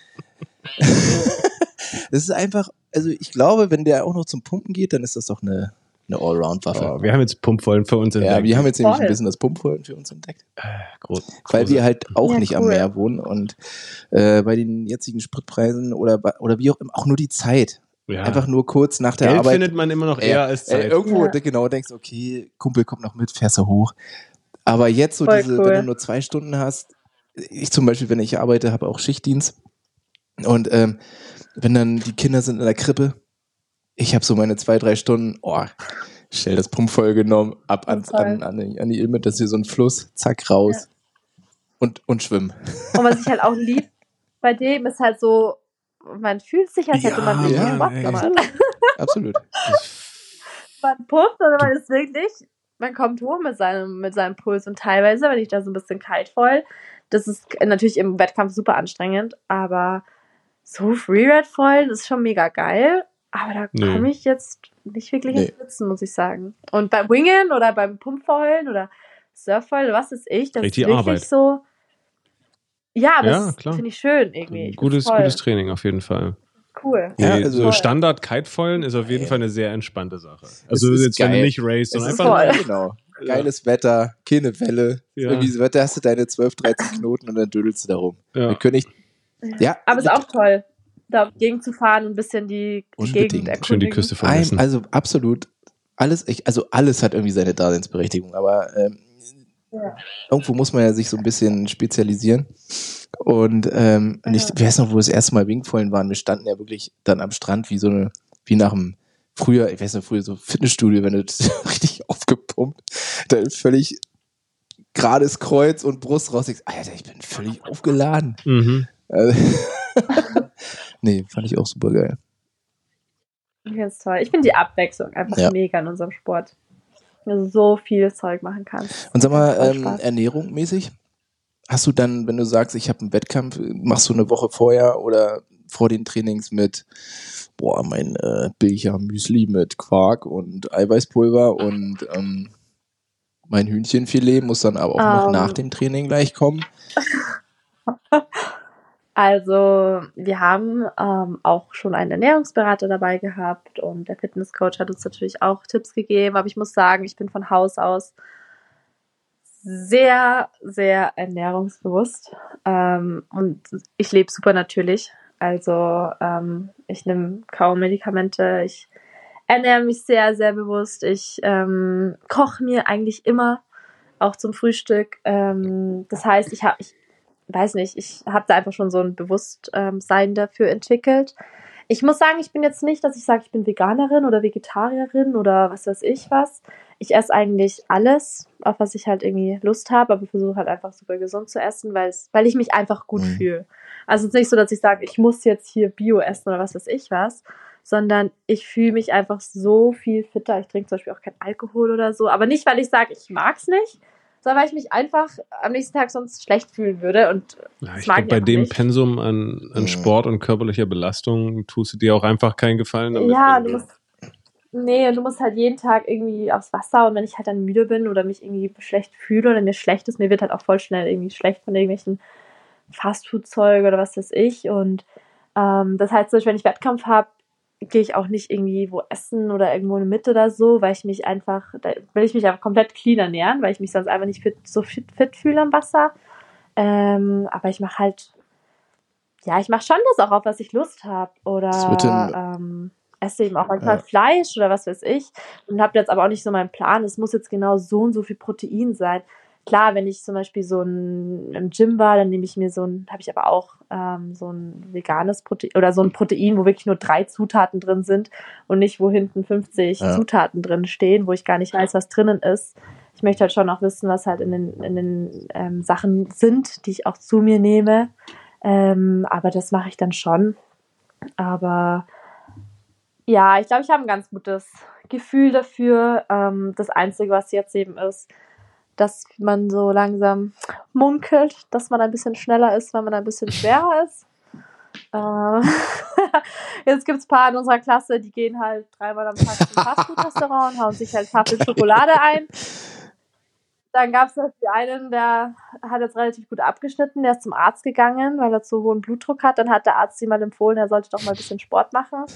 es ist einfach, also ich glaube, wenn der auch noch zum Pumpen geht, dann ist das doch eine, eine Allround-Waffe. Oh, wir haben jetzt Pumpvollen für uns ja, entdeckt. wir haben jetzt nämlich Voll. ein bisschen das Pumpvollen für uns entdeckt. Groß, Weil wir halt auch Ja, nicht am cool. Meer wohnen und äh, bei den jetzigen Spritpreisen oder, bei- oder wie auch immer, auch nur die Zeit. ja. Einfach nur kurz nach der Geld Arbeit. findet man immer noch eher Ja, als äh, Zeit. irgendwo Ja. de- genau denkst, okay, Kumpel kommt noch mit, fährst du hoch. Aber jetzt so Voll diese, cool. wenn du nur zwei Stunden hast, ich zum Beispiel, wenn ich arbeite, habe auch Schichtdienst und ähm, wenn dann die Kinder sind in der Krippe, ich habe so meine zwei, drei Stunden, oh, schnell das Pump voll genommen, ab an, Voll. an, an, die- an die Ilme, das ist hier so ein Fluss, zack, raus und, und schwimmen. Und was ich halt auch lieb bei dem ist halt so, man fühlt sich, als hätte man Ja, richtig Mann, Sport ey. gemacht. Absolut. Man pumpt oder man ist wirklich, man kommt hoch mit seinem, mit seinem Puls und teilweise, wenn ich da so ein bisschen kalt voll, das ist natürlich im Wettkampf super anstrengend, aber so Freeride voll, das ist schon mega geil, aber da Nö. komme ich jetzt nicht wirklich ins Nee. Schwitzen, muss ich sagen. Und beim Wingen oder beim Pumpfaulen oder Surffoil, was ist ich, das Richtig ist wirklich Arbeit. so, ja, aber Ja, das klar. finde ich schön irgendwie. Ich Gutes, find's toll. gutes Training auf jeden Fall. cool. Ja, Nee, also- so Standard-Kitefoilen ist auf jeden Ja. Fall eine sehr entspannte Sache. Also ist jetzt, wenn du geil. nicht raced, Es sondern ist einfach voll. nur, genau. Geiles Wetter, keine Welle. Ja. Irgendwie das Wetter, hast du deine zwölf, dreizehn Knoten und dann dödelst du da rum. Ja. Wir können nicht, ja, Aber ist auch toll, da gegen zu fahren und ein bisschen die, die Unbedingt. Gegend erkundigen. schön die Küste Ein, vermissen. also absolut alles, ich, also alles hat irgendwie seine Daseinsberechtigung, aber ähm, Ja. irgendwo muss man ja sich so ein bisschen spezialisieren. Und ähm, und ich weiß noch, wo wir das erste Mal Wingfoilen waren, wir standen ja wirklich dann am Strand wie so eine, wie nach einem früher, ich weiß nicht, früher so Fitnessstudio, wenn du richtig aufgepumpt, da völlig gerades Kreuz und Brust raus, denkst, Alter, ich bin völlig aufgeladen. Mhm. Also, nee, fand ich auch super geil. Ich finde es toll. Ich finde die Abwechslung einfach Ja. mega in unserem Sport. Also so viel Zeug machen kannst. Und sag mal, Voll ähm, Spaß. Ernährung mäßig, hast du dann, wenn du sagst, ich habe einen Wettkampf, machst du eine Woche vorher oder vor den Trainings mit, boah, mein äh, Bilcher Müsli mit Quark und Eiweißpulver und ähm, mein Hühnchenfilet muss dann aber auch noch Ähm. nach dem Training gleich kommen. Also wir haben ähm, auch schon einen Ernährungsberater dabei gehabt und der Fitnesscoach hat uns natürlich auch Tipps gegeben, aber ich muss sagen, ich bin von Haus aus sehr, sehr ernährungsbewusst ähm, und ich lebe super natürlich. Also ähm, ich nehme kaum Medikamente, ich ernähre mich sehr, sehr bewusst. Ich ähm, koche mir eigentlich immer, auch zum Frühstück. Ähm, das heißt, ich habe, ich weiß nicht, ich habe da einfach schon so ein Bewusstsein dafür entwickelt. Ich muss sagen, ich bin jetzt nicht, dass ich sage, ich bin Veganerin oder Vegetarierin oder was weiß ich was. Ich esse eigentlich alles, auf was ich halt irgendwie Lust habe, aber versuche halt einfach super gesund zu essen, weil es, weil ich mich einfach gut Mhm. fühle. Also es ist nicht so, dass ich sage, ich muss jetzt hier Bio essen oder was weiß ich was, sondern ich fühle mich einfach so viel fitter. Ich trinke zum Beispiel auch keinen Alkohol oder so, aber nicht, weil ich sage, ich mag's nicht, sondern weil ich mich einfach am nächsten Tag sonst schlecht fühlen würde und Ja, das ich mag glaube, bei einfach dem nicht. Pensum an, an Mhm. Sport und körperlicher Belastung tust du dir auch einfach keinen Gefallen damit. Ja, wenn du musst, nee, du musst halt jeden Tag irgendwie aufs Wasser und wenn ich halt dann müde bin oder mich irgendwie schlecht fühle oder mir schlecht ist, mir wird halt auch voll schnell irgendwie schlecht von irgendwelchen Fastfood-Zeug oder was weiß ich und ähm, das heißt, zum Beispiel, wenn ich Wettkampf habe, gehe ich auch nicht irgendwie wo essen oder irgendwo in der Mitte oder so, weil ich mich einfach, da will ich mich einfach komplett clean ernähren, weil ich mich sonst einfach nicht fit, so fit, fit fühle am Wasser. Ähm, aber ich mache halt, ja, ich mache schon das auch, auf was ich Lust habe. Das wird Oder dann- ähm, esse eben auch manchmal Ja. Fleisch oder was weiß ich. Und habe jetzt aber auch nicht so meinen Plan, es muss jetzt genau so und so viel Protein sein. Klar, wenn ich zum Beispiel so ein, im Gym war, dann nehme ich mir so ein, habe ich aber auch ähm, so ein veganes Protein oder so ein Protein, wo wirklich nur drei Zutaten drin sind und nicht, wo hinten fünfzig Ja. Zutaten drin stehen, wo ich gar nicht weiß, was drinnen ist. Ich möchte halt schon auch wissen, was halt in den, in den ähm, Sachen sind, die ich auch zu mir nehme. Ähm, aber das mache ich dann schon. Aber ja, ich glaube, ich habe ein ganz gutes Gefühl dafür. Ähm, das Einzige, was jetzt eben ist, dass man so langsam munkelt, dass man ein bisschen schneller ist, weil man ein bisschen schwerer ist. Äh, jetzt gibt es ein paar in unserer Klasse, die gehen halt dreimal am Tag zum Fastfood-Restaurant und hauen sich halt Tafeln Schokolade ein. Dann gab es halt einen, der hat jetzt relativ gut abgeschnitten, der ist zum Arzt gegangen, weil er zu hohen Blutdruck hat. Dann hat der Arzt ihm mal empfohlen, er sollte doch mal ein bisschen Sport machen.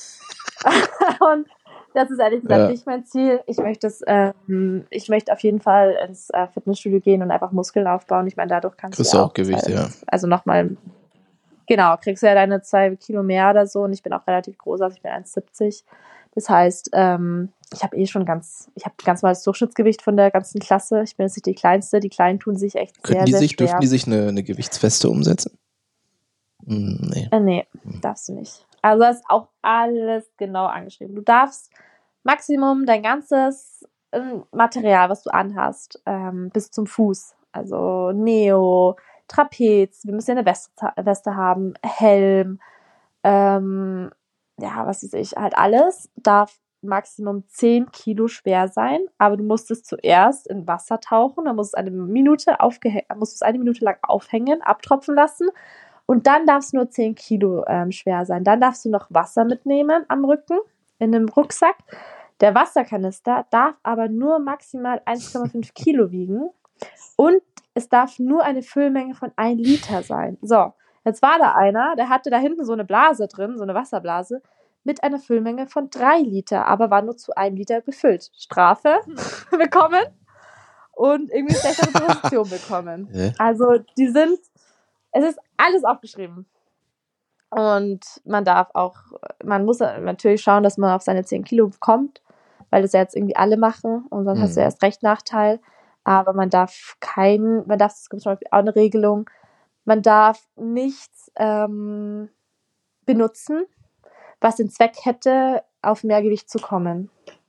Und das ist ehrlich gesagt Ja. nicht mein Ziel. Ich möchte es, ähm, ich möchte auf jeden Fall ins äh, Fitnessstudio gehen und einfach Muskeln aufbauen. Ich meine, dadurch kannst Kriegst du du ja auch Gewicht, zwei, ja. Also nochmal, genau, kriegst du ja deine zwei Kilo mehr oder so. Und ich bin auch relativ groß, also ich bin eins Komma siebzig. Das heißt, ähm, ich habe eh schon ganz, ich habe ganz mal das Durchschnittsgewicht von der ganzen Klasse. Ich bin jetzt nicht die Kleinste. Die Kleinen tun sich echt Könnten sehr, die sehr sich, schwer. dürften die sich eine, eine Gewichtsweste umsetzen? Hm, nee. Äh, nee, darfst du nicht. Also das ist auch alles genau angeschrieben. Du darfst Maximum dein ganzes ähm, Material, was du anhast, ähm, bis zum Fuß. Also Neo, Trapez, wir müssen ja eine Weste, Weste haben, Helm, ähm, ja, was weiß ich, halt alles darf Maximum zehn Kilo schwer sein, aber du musst es zuerst in Wasser tauchen, dann musst du es eine Minute aufgehängt, musst du es eine Minute lang aufhängen, abtropfen lassen und dann darf es nur zehn Kilo ähm, schwer sein. Dann darfst du noch Wasser mitnehmen am Rücken, in einem Rucksack. Der Wasserkanister darf aber nur maximal eins Komma fünf Kilo wiegen und es darf nur eine Füllmenge von ein Liter sein. So, Jetzt war da einer, der hatte da hinten so eine Blase drin, so eine Wasserblase, mit einer Füllmenge von drei Liter, aber war nur zu einem Liter befüllt. Strafe bekommen und irgendwie schlechtere Position bekommen. Hä? Also die sind, es ist alles aufgeschrieben. Und man darf auch, man muss natürlich schauen, dass man auf seine zehn Kilo kommt, weil das ja jetzt irgendwie alle machen und sonst Mhm. hast du erst recht Nachteil. Aber man darf kein, man darf, es gibt zum Beispiel auch eine Regelung, man darf nichts ähm, benutzen, was den Zweck hätte, auf mehr Gewicht zu kommen.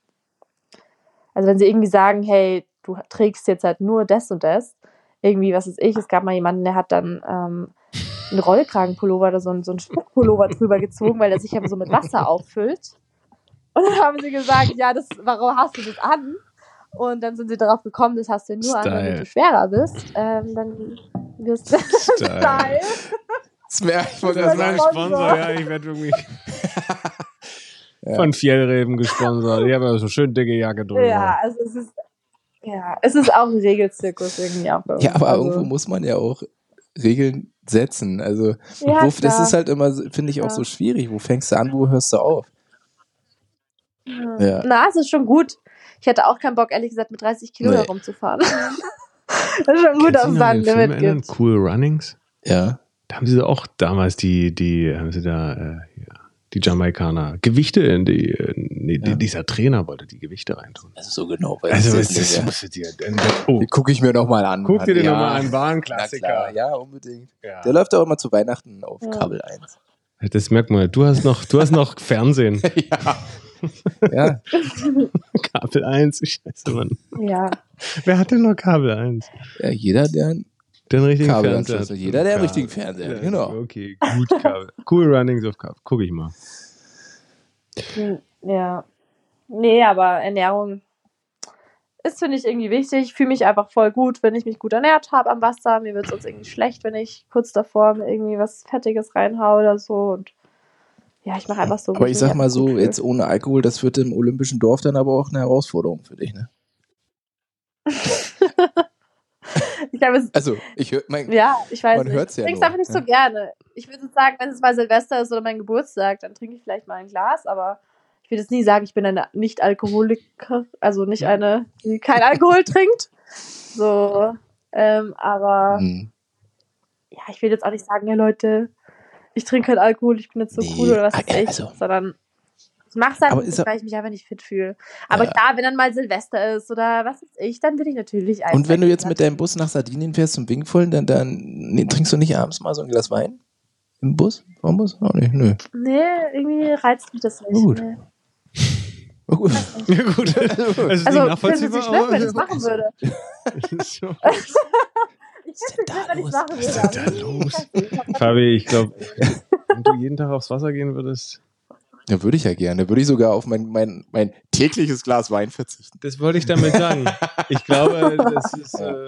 Also wenn sie irgendwie sagen, hey, du trägst jetzt halt nur das und das, irgendwie, was weiß ich, es gab mal jemanden, der hat dann ähm, einen Rollkragenpullover oder so einen, so einen Spuckpullover drüber gezogen, weil er sich einfach so mit Wasser auffüllt. Und dann haben sie gesagt, ja, das, warum hast du das an? Und dann sind sie darauf gekommen, das hast du nur an, wenn du schwerer bist. Ähm, dann wirst du Style. Das merke ich wollte Das gerade ist mein sagen. Sponsor, ja, ich werde irgendwie Ja. von Fjellreben gesponsert. Ich habe ja so schön dicke Jacke drüber. Ja, also es ist, ja, es ist auch ein Regelzirkus irgendwie auch bei uns. Ja, aber also, irgendwo muss man ja auch Regeln setzen. Also ja, wo, das klar. ist halt immer, finde ich, auch Ja. so schwierig. Wo fängst du an, wo hörst du auf? Ja. Ja. Na, es ist schon gut. Ich hätte auch keinen Bock, ehrlich gesagt, mit dreißig Kilo Nee. herumzufahren. Das ist schon gut, Kannst dass du es dich da noch an ein den Film Limit erinnern? gibt. Cool Runnings? Ja. Da haben sie da auch damals die, die, haben sie da, äh, ja, die Jamaikaner Gewichte in die, äh, nee, Ja. dieser Trainer wollte die Gewichte reintun. Also so genau. Weiß Also, ich das, jetzt nicht, musst du dir, oh, ja. Gucke ich mir nochmal an. guck dir den ja. nochmal an, war ein Na Klassiker. klar, ja, unbedingt. Ja. Der läuft auch immer zu Weihnachten auf Ja. Kabel eins. Das merkt man, du hast noch, du hast noch Fernsehen. ja. Ja. Kabel eins, scheiße, Mann. Ja. Wer hat denn noch Kabel eins? ja, jeder, der einen Den richtigen Kabelanschluss Fernseher. hat. Jeder, der einen Kabel. richtigen Fernseher hat, Ja, genau. Okay, gut, Kabel. Cool Runnings auf Kabel. Guck ich mal. Ja. Nee, aber Ernährung ist, finde ich, irgendwie wichtig. Ich fühle mich einfach voll gut, wenn ich mich gut ernährt habe am Wasser. Mir wird es sonst irgendwie schlecht, wenn ich kurz davor mir irgendwie was Fettiges reinhaue oder so. Und ja, ich mache einfach so. Aber wie ich mich sag mal einfach gut so, fühle. jetzt ohne Alkohol, das wird im Olympischen Dorf dann aber auch eine Herausforderung für dich, ne? Ich glaube, es Also, ich höre, mein, Ja, ich weiß Man nicht. hört's Ich ja trinke es nur, einfach nicht ne? so gerne. Ich würde sagen, wenn es mal Silvester ist oder mein Geburtstag, dann trinke ich vielleicht mal ein Glas, aber ich würde jetzt nie sagen, ich bin eine Nicht-Alkoholiker, also nicht eine, die kein Alkohol trinkt. So, ähm, aber hm, ja, ich will jetzt auch nicht sagen, ja Leute, ich trinke keinen Alkohol, ich bin jetzt so Nee. cool oder was Ah, weiß ja, ich, also- sondern ich mache es dann, Aber nicht, ist er- weil ich mich einfach nicht fit fühle. Aber Ja. klar, wenn dann mal Silvester ist oder was weiß ich, dann will ich natürlich ein. Und wenn du jetzt Glas mit deinem trinken. Bus nach Sardinien fährst zum Wingvollen, dann, dann nee, trinkst du nicht abends mal so ein Glas Wein? Im Bus? Vom Bus? Auch nicht, nö. Nee, irgendwie reizt mich das nicht. Gut. Nee. Oh, gut. Ja, gut. Also, ist Also, nicht ich finde es nachvollziehbar, nicht schlimm, wenn ich aber- es machen würde. So. Ich finde es nicht schlimm, wenn ich es los? machen Was würde. ist denn da los? Fabi, ich glaube, wenn du jeden Tag aufs Wasser gehen würdest, Ja, würde ich ja gerne. Würde ich sogar auf mein, mein, mein tägliches Glas Wein verzichten. das wollte ich damit sagen. Ich glaube, das ist äh,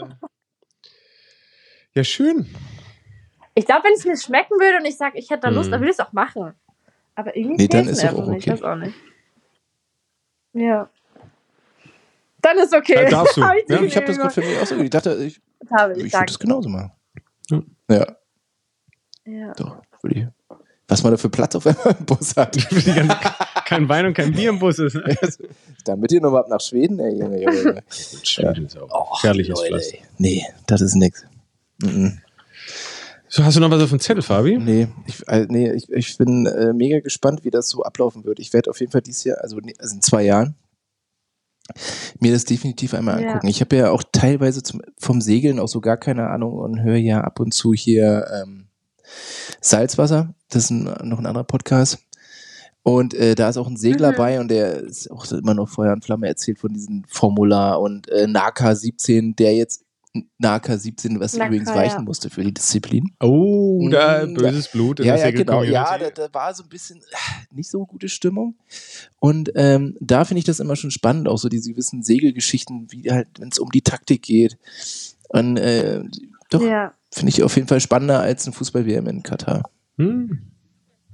ja schön. Ich glaube, wenn es mir schmecken würde und ich sage, ich hätte da Lust, Mhm. dann würde ich es auch machen. Aber irgendwie Nee, dann fehlt ist mir doch einfach auch nicht. okay. Ich weiß auch nicht. Ja. Dann ist okay. Ja, darfst du. Hab ich die Ja, Ich habe das gerade für mich auch so. Ich dachte, ich, Genehmigung. Habe ich, ich würde danke. das genauso machen. Ja. Ja, Ja. doch. Würde ich. Was man da für Platz auf einmal im Bus hat. Die ganze, kein Wein und kein Bier im Bus ist. Dann mit dir nochmal ab nach Schweden, ey, Junge, Junge, Junge. Schweden ist auch Oh, gefährliches Leute, Pflaster. ey. Nee, das ist nix. Mhm. So, hast du noch was auf dem Zettel, Fabi? Nee, ich, äh, nee, ich, ich bin äh, mega gespannt, wie das so ablaufen wird. Ich werde auf jeden Fall dieses Jahr, also, nee, also in zwei Jahren, mir das definitiv einmal Ja. angucken. Ich habe ja auch teilweise zum, vom Segeln auch so gar keine Ahnung und höre ja ab und zu hier ähm, Salzwasser. Das ist ein, noch ein anderer Podcast. Und äh, da ist auch ein Segler Mhm. bei und der ist auch immer noch Feuer und Flamme erzählt von diesem Formular und äh, N A K siebzehn, der jetzt N A K siebzehn, was N A K, übrigens weichen ja. musste für die Disziplin. Oh, da Mm, böses Blut in Ja, der ja, genau. Segel-Community. Ja, da, da war so ein bisschen äh, nicht so gute Stimmung. Und ähm, da finde ich das immer schon spannend, auch so diese gewissen Segelgeschichten, wie halt, wenn es um die Taktik geht. Und äh, doch, Ja. finde ich auf jeden Fall spannender als ein Fußball-W M in Katar. Hm.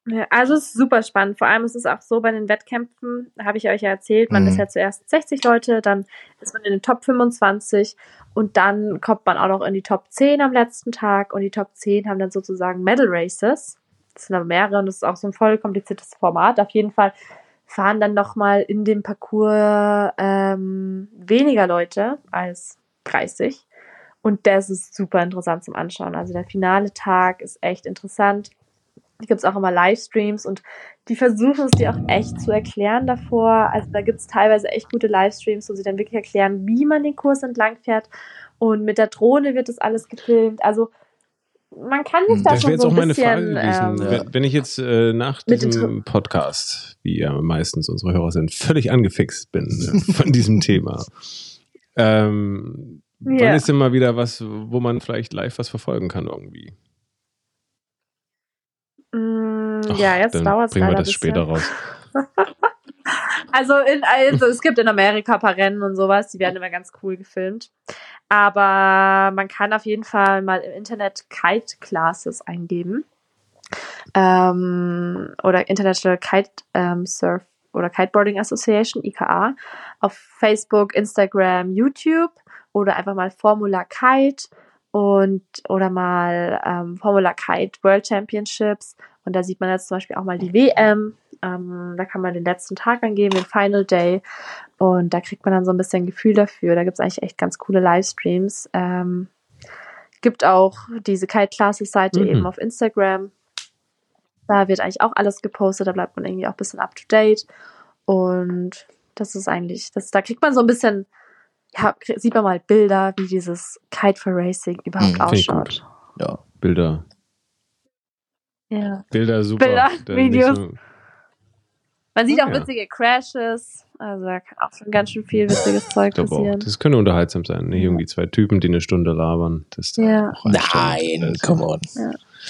Ja, also es ist super spannend. Vor allem ist es auch so bei den Wettkämpfen, habe ich euch ja erzählt, man Mhm. ist ja zuerst sechzig Leute, dann ist man in den Top fünfundzwanzig und dann kommt man auch noch in die Top zehn am letzten Tag und die Top zehn haben dann sozusagen Medal Races. Das sind aber mehrere und das ist auch so ein voll kompliziertes Format. Auf jeden Fall fahren dann nochmal in dem Parcours ähm, weniger Leute als dreißig. Und das ist super interessant zum Anschauen. Also der finale Tag ist echt interessant. Da gibt es auch immer Livestreams und die versuchen es dir auch echt zu erklären davor. Also da gibt es teilweise echt gute Livestreams, wo sie dann wirklich erklären, wie man den Kurs entlang fährt. Und mit der Drohne wird das alles gefilmt. Also man kann sich da Das schon wäre jetzt so auch ein meine bisschen... Frage gewesen. ähm, Wenn, wenn ich jetzt äh, nach Mit den diesem Podcast, wie ja meistens unsere Hörer sind, völlig angefixt bin äh, von diesem Thema. Ähm, Wann Ja. ist denn mal wieder was, wo man vielleicht live was verfolgen kann irgendwie? Mm, Ach, ja, jetzt dann dauert es bringen wir leider ein das bisschen. später raus. Also, in, also es gibt in Amerika ein paar Rennen und sowas, die werden immer ganz cool gefilmt. Aber man kann auf jeden Fall mal im Internet Kite Classes eingeben. Ähm, oder International Kite ähm, Surf oder Kiteboarding Association, I K A, auf Facebook, Instagram, YouTube oder einfach mal Formula Kite und oder mal ähm, Formula Kite World Championships und da sieht man jetzt zum Beispiel auch mal die W M. Ähm, da kann man den letzten Tag angeben, den Final Day und da kriegt man dann so ein bisschen Gefühl dafür. Da gibt es eigentlich echt ganz coole Livestreams. Ähm, gibt auch diese Kite Classes Seite Mhm. eben auf Instagram. Da wird eigentlich auch alles gepostet, da bleibt man irgendwie auch ein bisschen up to date. Und das ist eigentlich, das, da kriegt man so ein bisschen, ja, krie- sieht man mal Bilder, wie dieses Kite for Racing überhaupt Mhm, find ich ausschaut. Ja. Bilder. Ja. Bilder super. Bilder, Dann nicht Videos. So, Man sieht Ah, auch ja. witzige Crashes, also da kann auch schon ganz schön viel witziges Zeug ich glaube auch, passieren. das könnte unterhaltsam sein. Nicht irgendwie zwei Typen, die eine Stunde labern. Das ist Ja. auch anstrengend. Nein, Also, come on. Ja.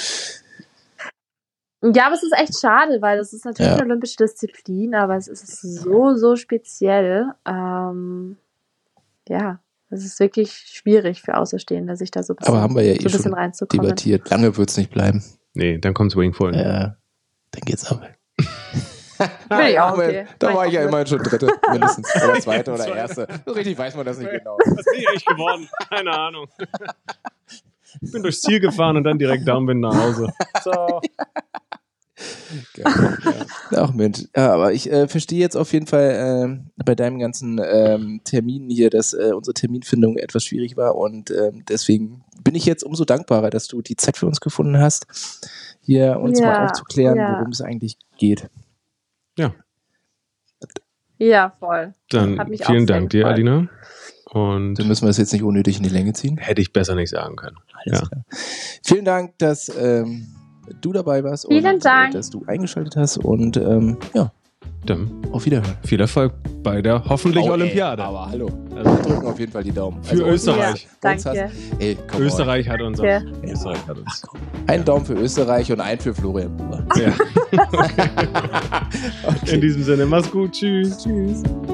Ja, aber es ist echt schade, weil das ist natürlich Ja. eine olympische Disziplin, aber es ist so, so speziell. Ähm, ja, es ist wirklich schwierig für Außenstehende, sich da so ein bisschen, Aber haben wir ja so eh ein bisschen schon reinzukommen. debattiert. Lange wird es nicht bleiben. Nee, dann kommt's Wing Foilen. Ja, dann geht's ab. Bin ich auch okay. Da Mach war ich ich ja auch immerhin schon Dritte, mindestens. Oder Zweite oder Erste. So richtig weiß man das nicht genau. Was bin ich eigentlich geworden? Keine Ahnung. Ich bin durchs Ziel gefahren und dann direkt Downwind nach Hause. So. Geil, ja. Ach Mensch, ja, aber ich äh, verstehe jetzt auf jeden Fall ähm, bei deinem ganzen ähm, Termin hier, dass äh, unsere Terminfindung etwas schwierig war und ähm, deswegen bin ich jetzt umso dankbarer, dass du die Zeit für uns gefunden hast, hier uns Ja, mal aufzuklären, ja. worum es eigentlich geht. Ja, Ja, voll. dann Hat mich auch vielen sehr Dank dir, gefreut. Alina. Und Dann müssen wir das jetzt nicht unnötig in die Länge ziehen. hätte ich besser nicht sagen können. Alles Ja. klar. Vielen Dank, dass ähm, du dabei warst Vielen und Dank. Äh, dass du eingeschaltet hast und ähm, ja, Dann auf Wiederhören. viel Erfolg bei der hoffentlich Oh, ey, Olympiade. aber hallo. Also, Wir drücken auf jeden Fall die Daumen. Für Österreich. Ja, uns danke. hast- Ey, come on. Österreich hat uns. Ja. Auch, Österreich hat uns. Ein Daumen für Österreich und ein für Florian Buber. Ja. Okay. In diesem Sinne, mach's gut. Tschüss. Tschüss.